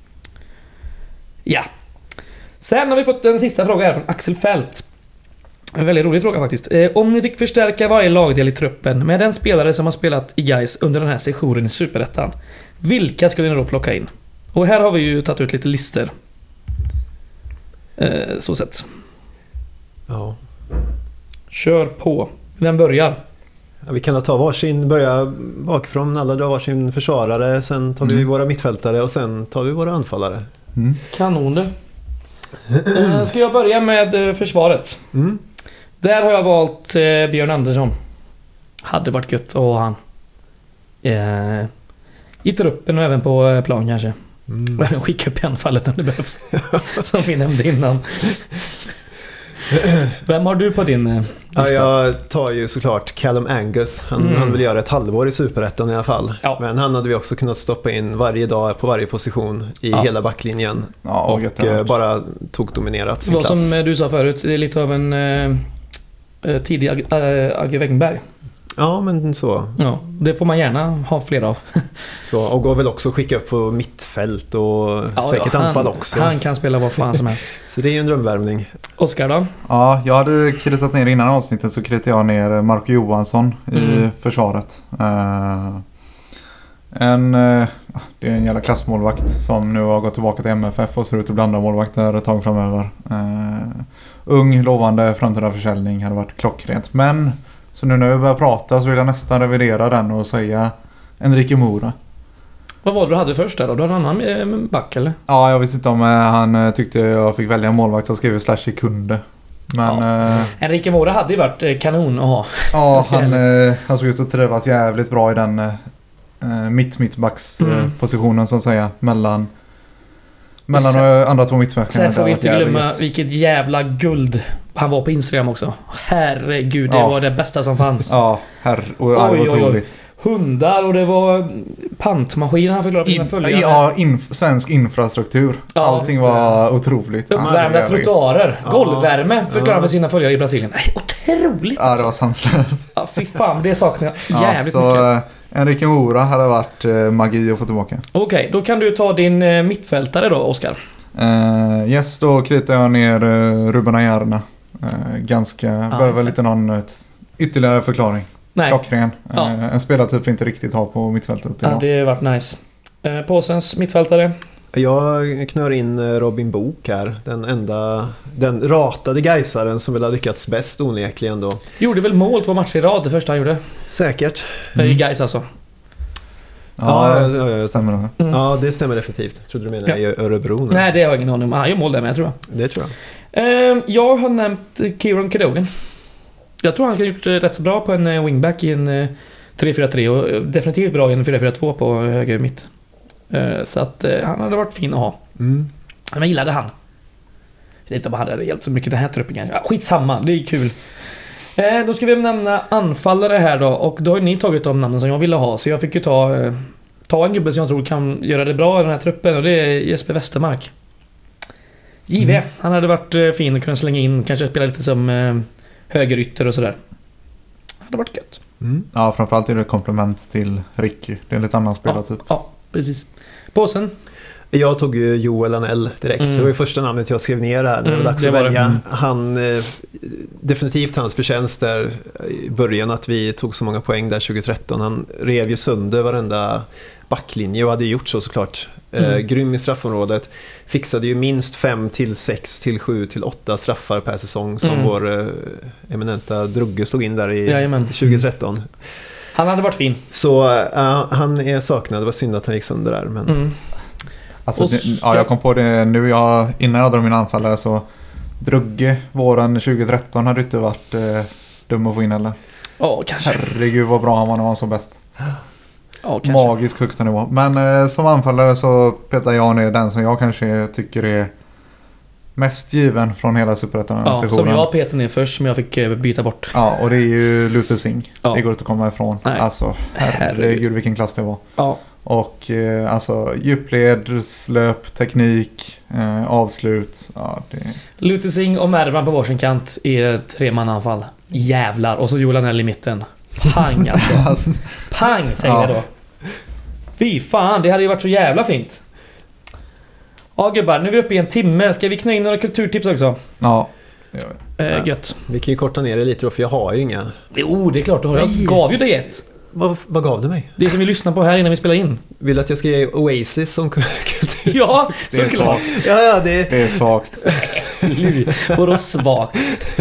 Ja. Sen har vi fått en sista fråga här från Axel Fält. En väldigt rolig fråga faktiskt. Eh, om ni fick förstärka varje lagdel i truppen med en spelare som har spelat i Gais under den här sessionen i Superettan, vilka skulle ni då plocka in? Och här har vi ju tagit ut lite lister. Eh, så sett. Ja. Kör på. Vem börjar? Ja, vi kan ta varsin, börja bakifrån, alla drar varsin försvarare, sen tar vi Mm. våra mittfältare och sen tar vi våra anfallare. Mm. Kanon det. Eh, Ska jag börja med eh, försvaret? Mm. Där har jag valt eh, Björn Andersson. Hade varit gött att ha han. Eh, I truppen och även på eh, plan kanske. Mm. Och även skicka upp i anfallet när det behövs. Som vi nämnde innan. Vem har du på din eh, Ja, lista? jag tar ju såklart Callum Angus. Han, Mm. han vill göra ett halvår i Superettan i alla fall. Ja. Men han hade vi också kunnat stoppa in varje dag på varje position i Ja. hela backlinjen. Ja, Och gött det har eh, varit. bara tog dominerat sin Vad plats. som eh, du sa förut, det är lite av en eh, eh, tidig Ag- äh, Agge Wängberg. Ja, men så. Ja, det får man gärna ha fler av. så. Och går väl också att skicka upp på mittfält och Ja, säkert ja, han, anfall också. Han kan spela vad fan som helst. Så det är ju en drömvärvning. Oskar då? Ja, jag hade kritat ner innan avsnittet så kritade jag ner Marco Johansson i Mm. försvaret. Uh, en, uh, det är en jävla klassmålvakt som nu har gått tillbaka till M F F och ser ut att blanda målvakter ett tag framöver. Uh, ung, lovande framtida försäljning hade varit klockrent. Men så nu när vi börjar prata så vill jag nästan revidera den och säga Enrique Mora. Vad var det du hade först där då? Du hade en annan eh, back eller? Ja, jag visste inte om uh, han uh, tyckte jag fick välja en målvakt som skrev slash i kunde. Men Ja. eh, Enrique Mora hade ju varit eh, kanon att ha. ja, han, eh, han såg ut att trivas jävligt bra i den eh, mitt-mittbacks eh, Mm. positionen så att säga. Mellan, mellan Sen- de andra två mittbackarna. Sen får Det vi har inte varit glömma jävligt. vilket jävla guld han var på Instagram också. Herregud, det Ja. var det bästa som fanns. Ja, herr, och ja, det Oj, var oj, oj. otroligt. Hundar och det var pantmaskiner han förklarade för sina In, följare. ja, inf, svensk infrastruktur. Ja, Allting just det. var otroligt. Ja, Uppvärmda jävligt. trottoarer. Ja. Golvvärme förklarade han Ja. för sina följare i Brasilien. Nej, otroligt Ja, det alltså. var sanslöst. Ja, fy fan, det saknar jag Ja, jävligt så mycket. eh, Enrique Mora hade varit eh, magi att få tillbaka. Okej, då kan du ta din eh, mittfältare då, Oskar. Uh, yes, då kritar jag ner uh, Ruben Ayarna. Uh, ganska, just behöver det. lite någon uh, ytterligare förklaring. Nej, Klockren. Ja. Uh, en spelartyp inte riktigt har på mittfältet ja, idag. det har varit nice. Eh, Påsens mittfältare. Jag knör in eh, Robin Book här. Den enda, den ratade Gaisaren som väl har lyckats bäst onekligen då. Gjorde väl mål två matcher i rad, det första han gjorde. Säkert. Mm. I Gais alltså. Ja, Ja, ja, ja. stämmer nog. Mm. Ja, det stämmer definitivt. Jag trodde du menade Ja. i Örebro nu. Nej, det har jag ingen aning om. Han gör mål där med, jag tror jag. Det tror jag. Eh, jag har nämnt eh, Kieran Cadogan. Jag tror han kan ha gjort eh, rätt så bra på en eh, wingback i en eh, tre fyra tre och eh, definitivt bra i en fyra fyra två på höger mitt. Eh, så att eh, han hade varit fin att ha. Mm. Men jag gillade han. Jag vet inte om han hade hjälpt så mycket den här truppen kanske. Ja, skitsamma, det är kul. Eh, då ska vi nämna anfallare här då. Och då har ju ni tagit de namnen som jag ville ha. Så jag fick ju ta, eh, ta en gubbe som jag tror kan göra det bra i den här truppen. Och det är Jesper Westermark. J V. Mm. Han hade varit eh, fin att kunna slänga in. Kanske spela lite som eh, högerytter och sådär. Det hade varit gött. Mm. Ja, framförallt är det ett komplement till Ricky. Det är en lite annan spelartyp. Ja, precis. Påsen. Jag tog ju Joel Anell direkt. Mm. Det var ju första namnet jag skrev ner här när det Mm, var dags det att var det. välja. Mm. Han, eh, definitivt hans förtjänst där i början att vi tog så många poäng där tjugohundratretton. Han rev ju sönder varenda backlinje och hade gjort så såklart. Eh, Mm. grym i straffområdet. Fixade ju minst fem till sex till sju till åtta straffar per säsong som Mm. vår eh, eminenta Drugge slog in där i Jajamän. tjugohundratretton. Han hade varit fin. Så uh, han är saknad. Det var synd att han gick sönder där. Men... Mm. Alltså, Och det, ska- ja, jag kom på det nu. Jag, innan jag drar min anfallare så Drugge våren tjugohundratretton hade inte varit eh, dum att få in heller. Ja, kanske. Herregud vad bra han var när han var som bäst. Ja, kanske. Magisk högsta nivå. Men eh, som anfallare så petar jag ner den som jag kanske tycker är mest given från hela Ja, som Superettan-sessionen. jag petade ner först, som jag fick eh, byta bort. Ja, och det är ju Luther Singh. Ja. Det går inte att komma ifrån. Nej. Alltså, herregud vilken klass det var. Ja. Och eh, alltså djupled, slöp, teknik, eh, avslut. Ja, det... Luther Singh och Mervan på varsin kant i ett tremananfall. Jävlar. Och så Joel Anell i mitten. Pang alltså. Alltså, Pang säger Ja. jag då. Fy fan, det hade ju varit så jävla fint. Ja gubbar, nu är vi uppe i en timme. Ska vi knä in några kulturtips också? ja. det gör vi. Eh, Ja. gött. Vi kan ju korta ner det lite då, för jag har ju inga. Jo, det är klart du har. Jag Nej. gav ju dig ett. Vad, vad gav du mig? Det som vi lyssnar på här innan vi spelar in. Vill du att jag ska ge Oasis som kultur? Ja, Det är såklart. svagt. Ja, ja, det... Det är svagt. Slu. Vadå svagt?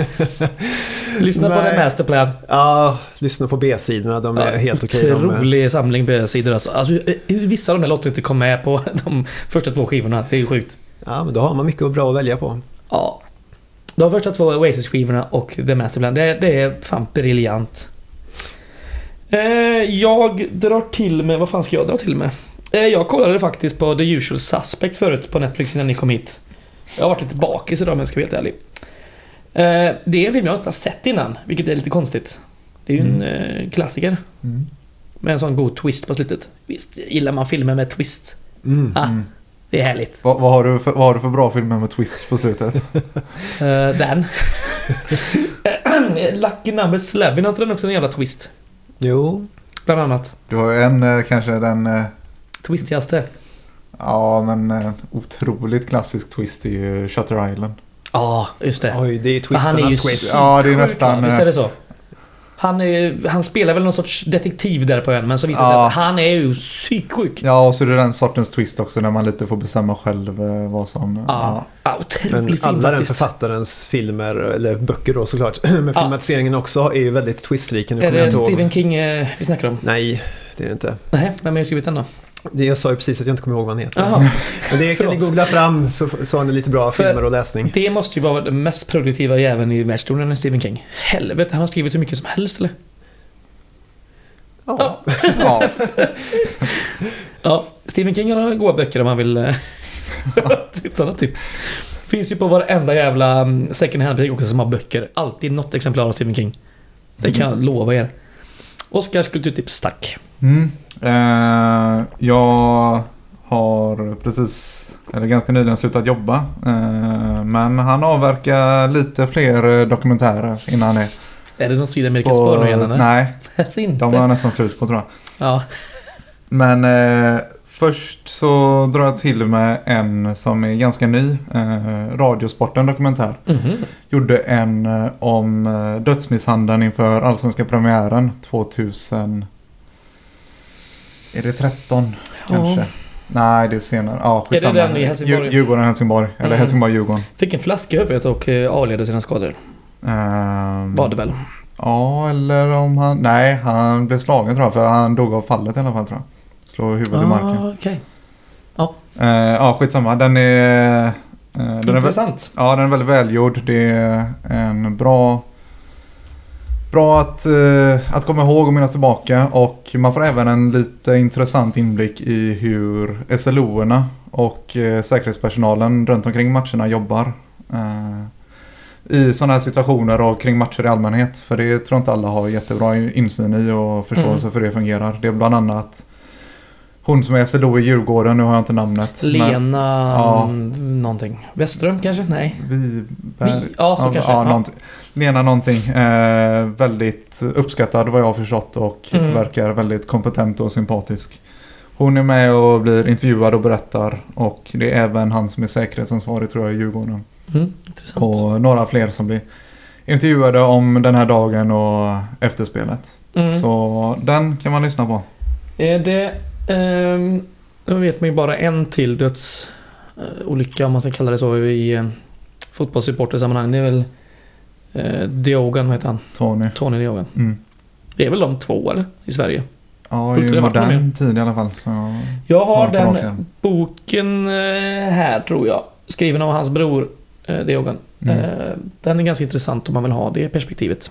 Lyssna på Nej. den masterplan. Ja, lyssna på B-sidorna. De är helt okej. de är- Otrolig samling B-sidor alltså. alltså. Hur vissa av de här låtarna inte kom med på de första två skivorna. Det är ju sjukt. Ja, men då har man mycket bra att välja på. Ja. De första två Oasis-skivorna och The Masterplan, det, det är fan briljant. Eh, jag drar till med... Vad fan ska jag dra till med? Eh, jag kollade faktiskt på The Usual Suspect förut på Netflix innan ni kom hit. Jag har varit lite bakis idag om jag ska vara helt ärlig. Eh, det är en film jag inte har sett innan, vilket är lite konstigt. Det är ju en eh, klassiker. Mm. Med en sån god twist på slutet. Visst, gillar man filmer med twist. Mm. Ah, Mm. det är härligt. Vad, vad, har du för, vad har du för bra filmer med twist på slutet? Uh, den. Lucky Number eleven har den också en jävla twist. Jo. Bland annat. Du har ju en eh, kanske den... eh, Twistigaste. Ja, men eh, otroligt klassisk twist är ju Shutter Island. Ja, ah, just det. Oj, det är För han är ju twisternas twist. Ja, det är sjuk, nästan, va? Visst eh, är det så? Han, är, han spelar väl någon sorts detektiv där på ön, men så visar det sig Ja. att han är ju psyksjuk. Ja, och så är det den sortens twist också när man lite får bestämma själv eh, vad som... Ja, Ja. ja. Otrolig Men film alla den faktiskt. författarens filmer, eller böcker då såklart, men Ja. filmatiseringen också är ju väldigt twistrika. Nu Är kommer jag det inte ihåg. Stephen King eh, vi snackar om? Nej, det är det inte. Nej, vem har skrivit den då? Det jag sa ju precis att jag inte kommer ihåg vad han heter. Jaha. Men det kan ni googla fram så, så har ni lite bra För- filmer och läsning. Det måste ju vara den mest produktiva jäveln i världshistorien än Stephen King. Helvete, han har skrivit hur mycket som helst, eller? Ja. Ja. Ja, Stephen King har goda böcker om man vill eh, sådana tips. Finns ju på varenda jävla mm, second hand-butik också som har böcker. Alltid något exemplar av Stephen King. Det kan jag lova er. Oscars kulturtips, tack. Mm. Eh, jag har precis, eller ganska nyligen slutat jobba. Eh, men han avverkar lite fler dokumentärer innan det. Är det någon Sydamerikans spår nu igen, eller? Nej, Alltså inte. de var nästan slut på tror jag. Ja. Men eh, först så drar jag till med en som är ganska ny. Eh, Radiosporten dokumentär. Mhm. Gjorde en eh, om eh, dödsmisshandeln inför allsvenska premiären tvåtusen. Är det tretton kanske? Ja. Nej, det är senare. Ja, skitsamma. Är det den i Helsingborg? Dju- Djurgården-Helsingborg. Eller Mm. Helsingborg-Djurgården. Fick en flaska i huvudet och eh, avled sina skador. Ehm, Var det väl? Ja, eller om han... Nej, han blev slagen tror jag. För han dog av fallet i alla fall tror jag. Slå huvudet i marken. Ah, okej. Eh, ja, skitsamma. Den är... eh, den är vä- Intressant. ja, den är väldigt välgjord. Det är en bra... Bra att, eh, att komma ihåg och minnas tillbaka. Och man får även en lite intressant inblick i hur S L O-erna och eh, säkerhetspersonalen runt omkring matcherna jobbar. Eh, I sådana här situationer och kring matcher i allmänhet. För det tror inte alla har jättebra insyn i och förståelse Mm. för hur det fungerar. Det är bland annat hon som är S L O i Djurgården, nu har jag inte namnet. Lena... Ja. mm, någonting. Väström kanske? Nej. Vi, Vi, ja, så kanske. Ja, Ja. någonting. Lena någonting. Eh, väldigt uppskattad vad jag har förstått och Mm. verkar väldigt kompetent och sympatisk. Hon är med och blir intervjuad och berättar och det är även han som är säkerhetsansvarig tror jag i Djurgården. Mm, intressant. Och några fler som blir intervjuade om den här dagen och efterspelet. Mm. Så den kan man lyssna på. Är det... ehm, nu vet man ju bara en till dödsolycka, om man ska kalla det så, i eh, fotbollssupportersammanhang. Det är väl eh, Diogan, vad heter han? Tony. Tony Diogan. Mm. Det är väl de två, eller? I Sverige. Ja, Skulle i det varit någon modern tid i alla fall. Så Jag har Ja, på den raken. boken eh, här, tror jag. Skriven av hans bror, eh, Diogan. Mm. Eh, den är ganska intressant om man vill ha det perspektivet.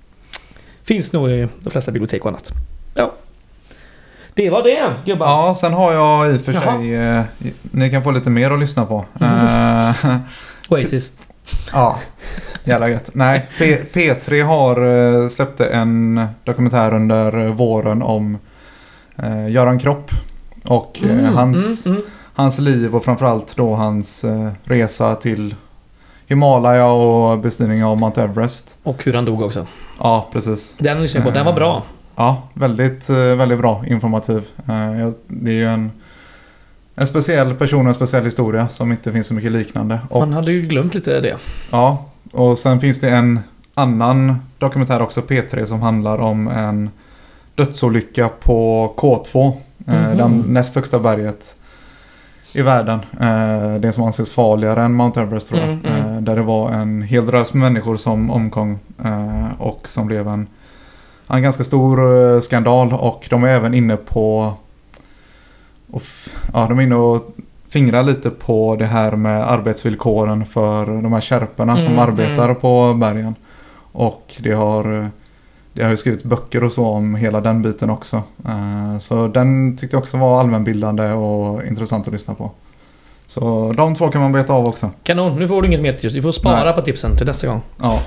Finns nog i de flesta bibliotek och annat. Ja. Det var det, gubbar. Ja, sen har jag i och för Jaha. sig... Eh, ni kan få lite mer att lyssna på. Mm. Eh, Oasis. ja, jävla gött. Nej, P- P3 har eh, släppte en dokumentär under våren om eh, Göran Kropp. Och eh, Mm, hans, mm, mm. hans liv och framförallt då hans eh, resa till Himalaya och bestigning av Mount Everest. Och hur han dog också. Ja, precis. Den lyssnade jag på. Den var bra. Ja, väldigt, eh, väldigt bra, informativ. Eh, jag- Det är ju en, en speciell person och en speciell historia som inte finns så mycket liknande. Och, Man hade ju glömt lite det. ja, och sen finns det en annan dokumentär också, P tre, som handlar om en dödsolycka på K två. eh, Mhm. Den näst högsta berget i världen. Eh, Det som anses farligare än Mount Everest tror jag. Mm, mm. Eh, Där det var en hel drös med människor som omkom eh, och som blev en En ganska stor eh, skandal och de är även inne på och f- ja, de är inne och fingrar lite på det här med arbetsvillkoren för de här kärporna som Mm, arbetar mm. på bergen. Och det har eh, det har ju skrivits böcker och så om hela den biten också. Eh, Så den tyckte jag också var allmänbildande och intressant att lyssna på. Så de två kan man beta av också. Kanon, nu får du inget mer till just. Du får spara Nej. på tipsen till nästa gång. Ja,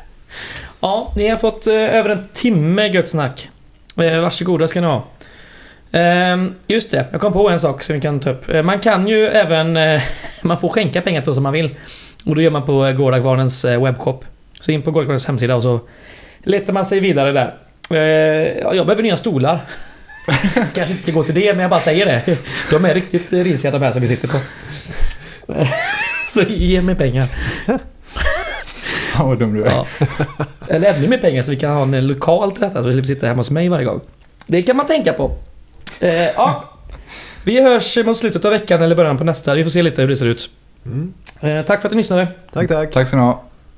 Ja, ni har fått eh, över en timme gött snack. Eh, varsågoda ska ni ha. Eh, just det, jag kom på en sak som vi kan ta upp. Eh, man kan ju även... Eh, man får skänka pengar till oss om man vill. Och då gör man på Gårdakvarnens eh, webbshop. Så in på Gårdakvarnens hemsida och så letar man sig vidare där. Eh, ja, jag behöver nya stolar. Kanske inte ska gå till det, men jag bara säger det. De är riktigt risiga de här som vi sitter på. Så ge mig pengar. ja vad dum du är. Ja. Eller ännu mer pengar så vi kan ha en lokal till detta så vi slipper sitta hemma hos mig varje gång. Det kan man tänka på. Eh, ja. Vi hörs mot slutet av veckan eller början på nästa. Vi får se lite hur det ser ut. Mm. Eh, tack för att ni lyssnade. Tack, tack. Tack så ni ha.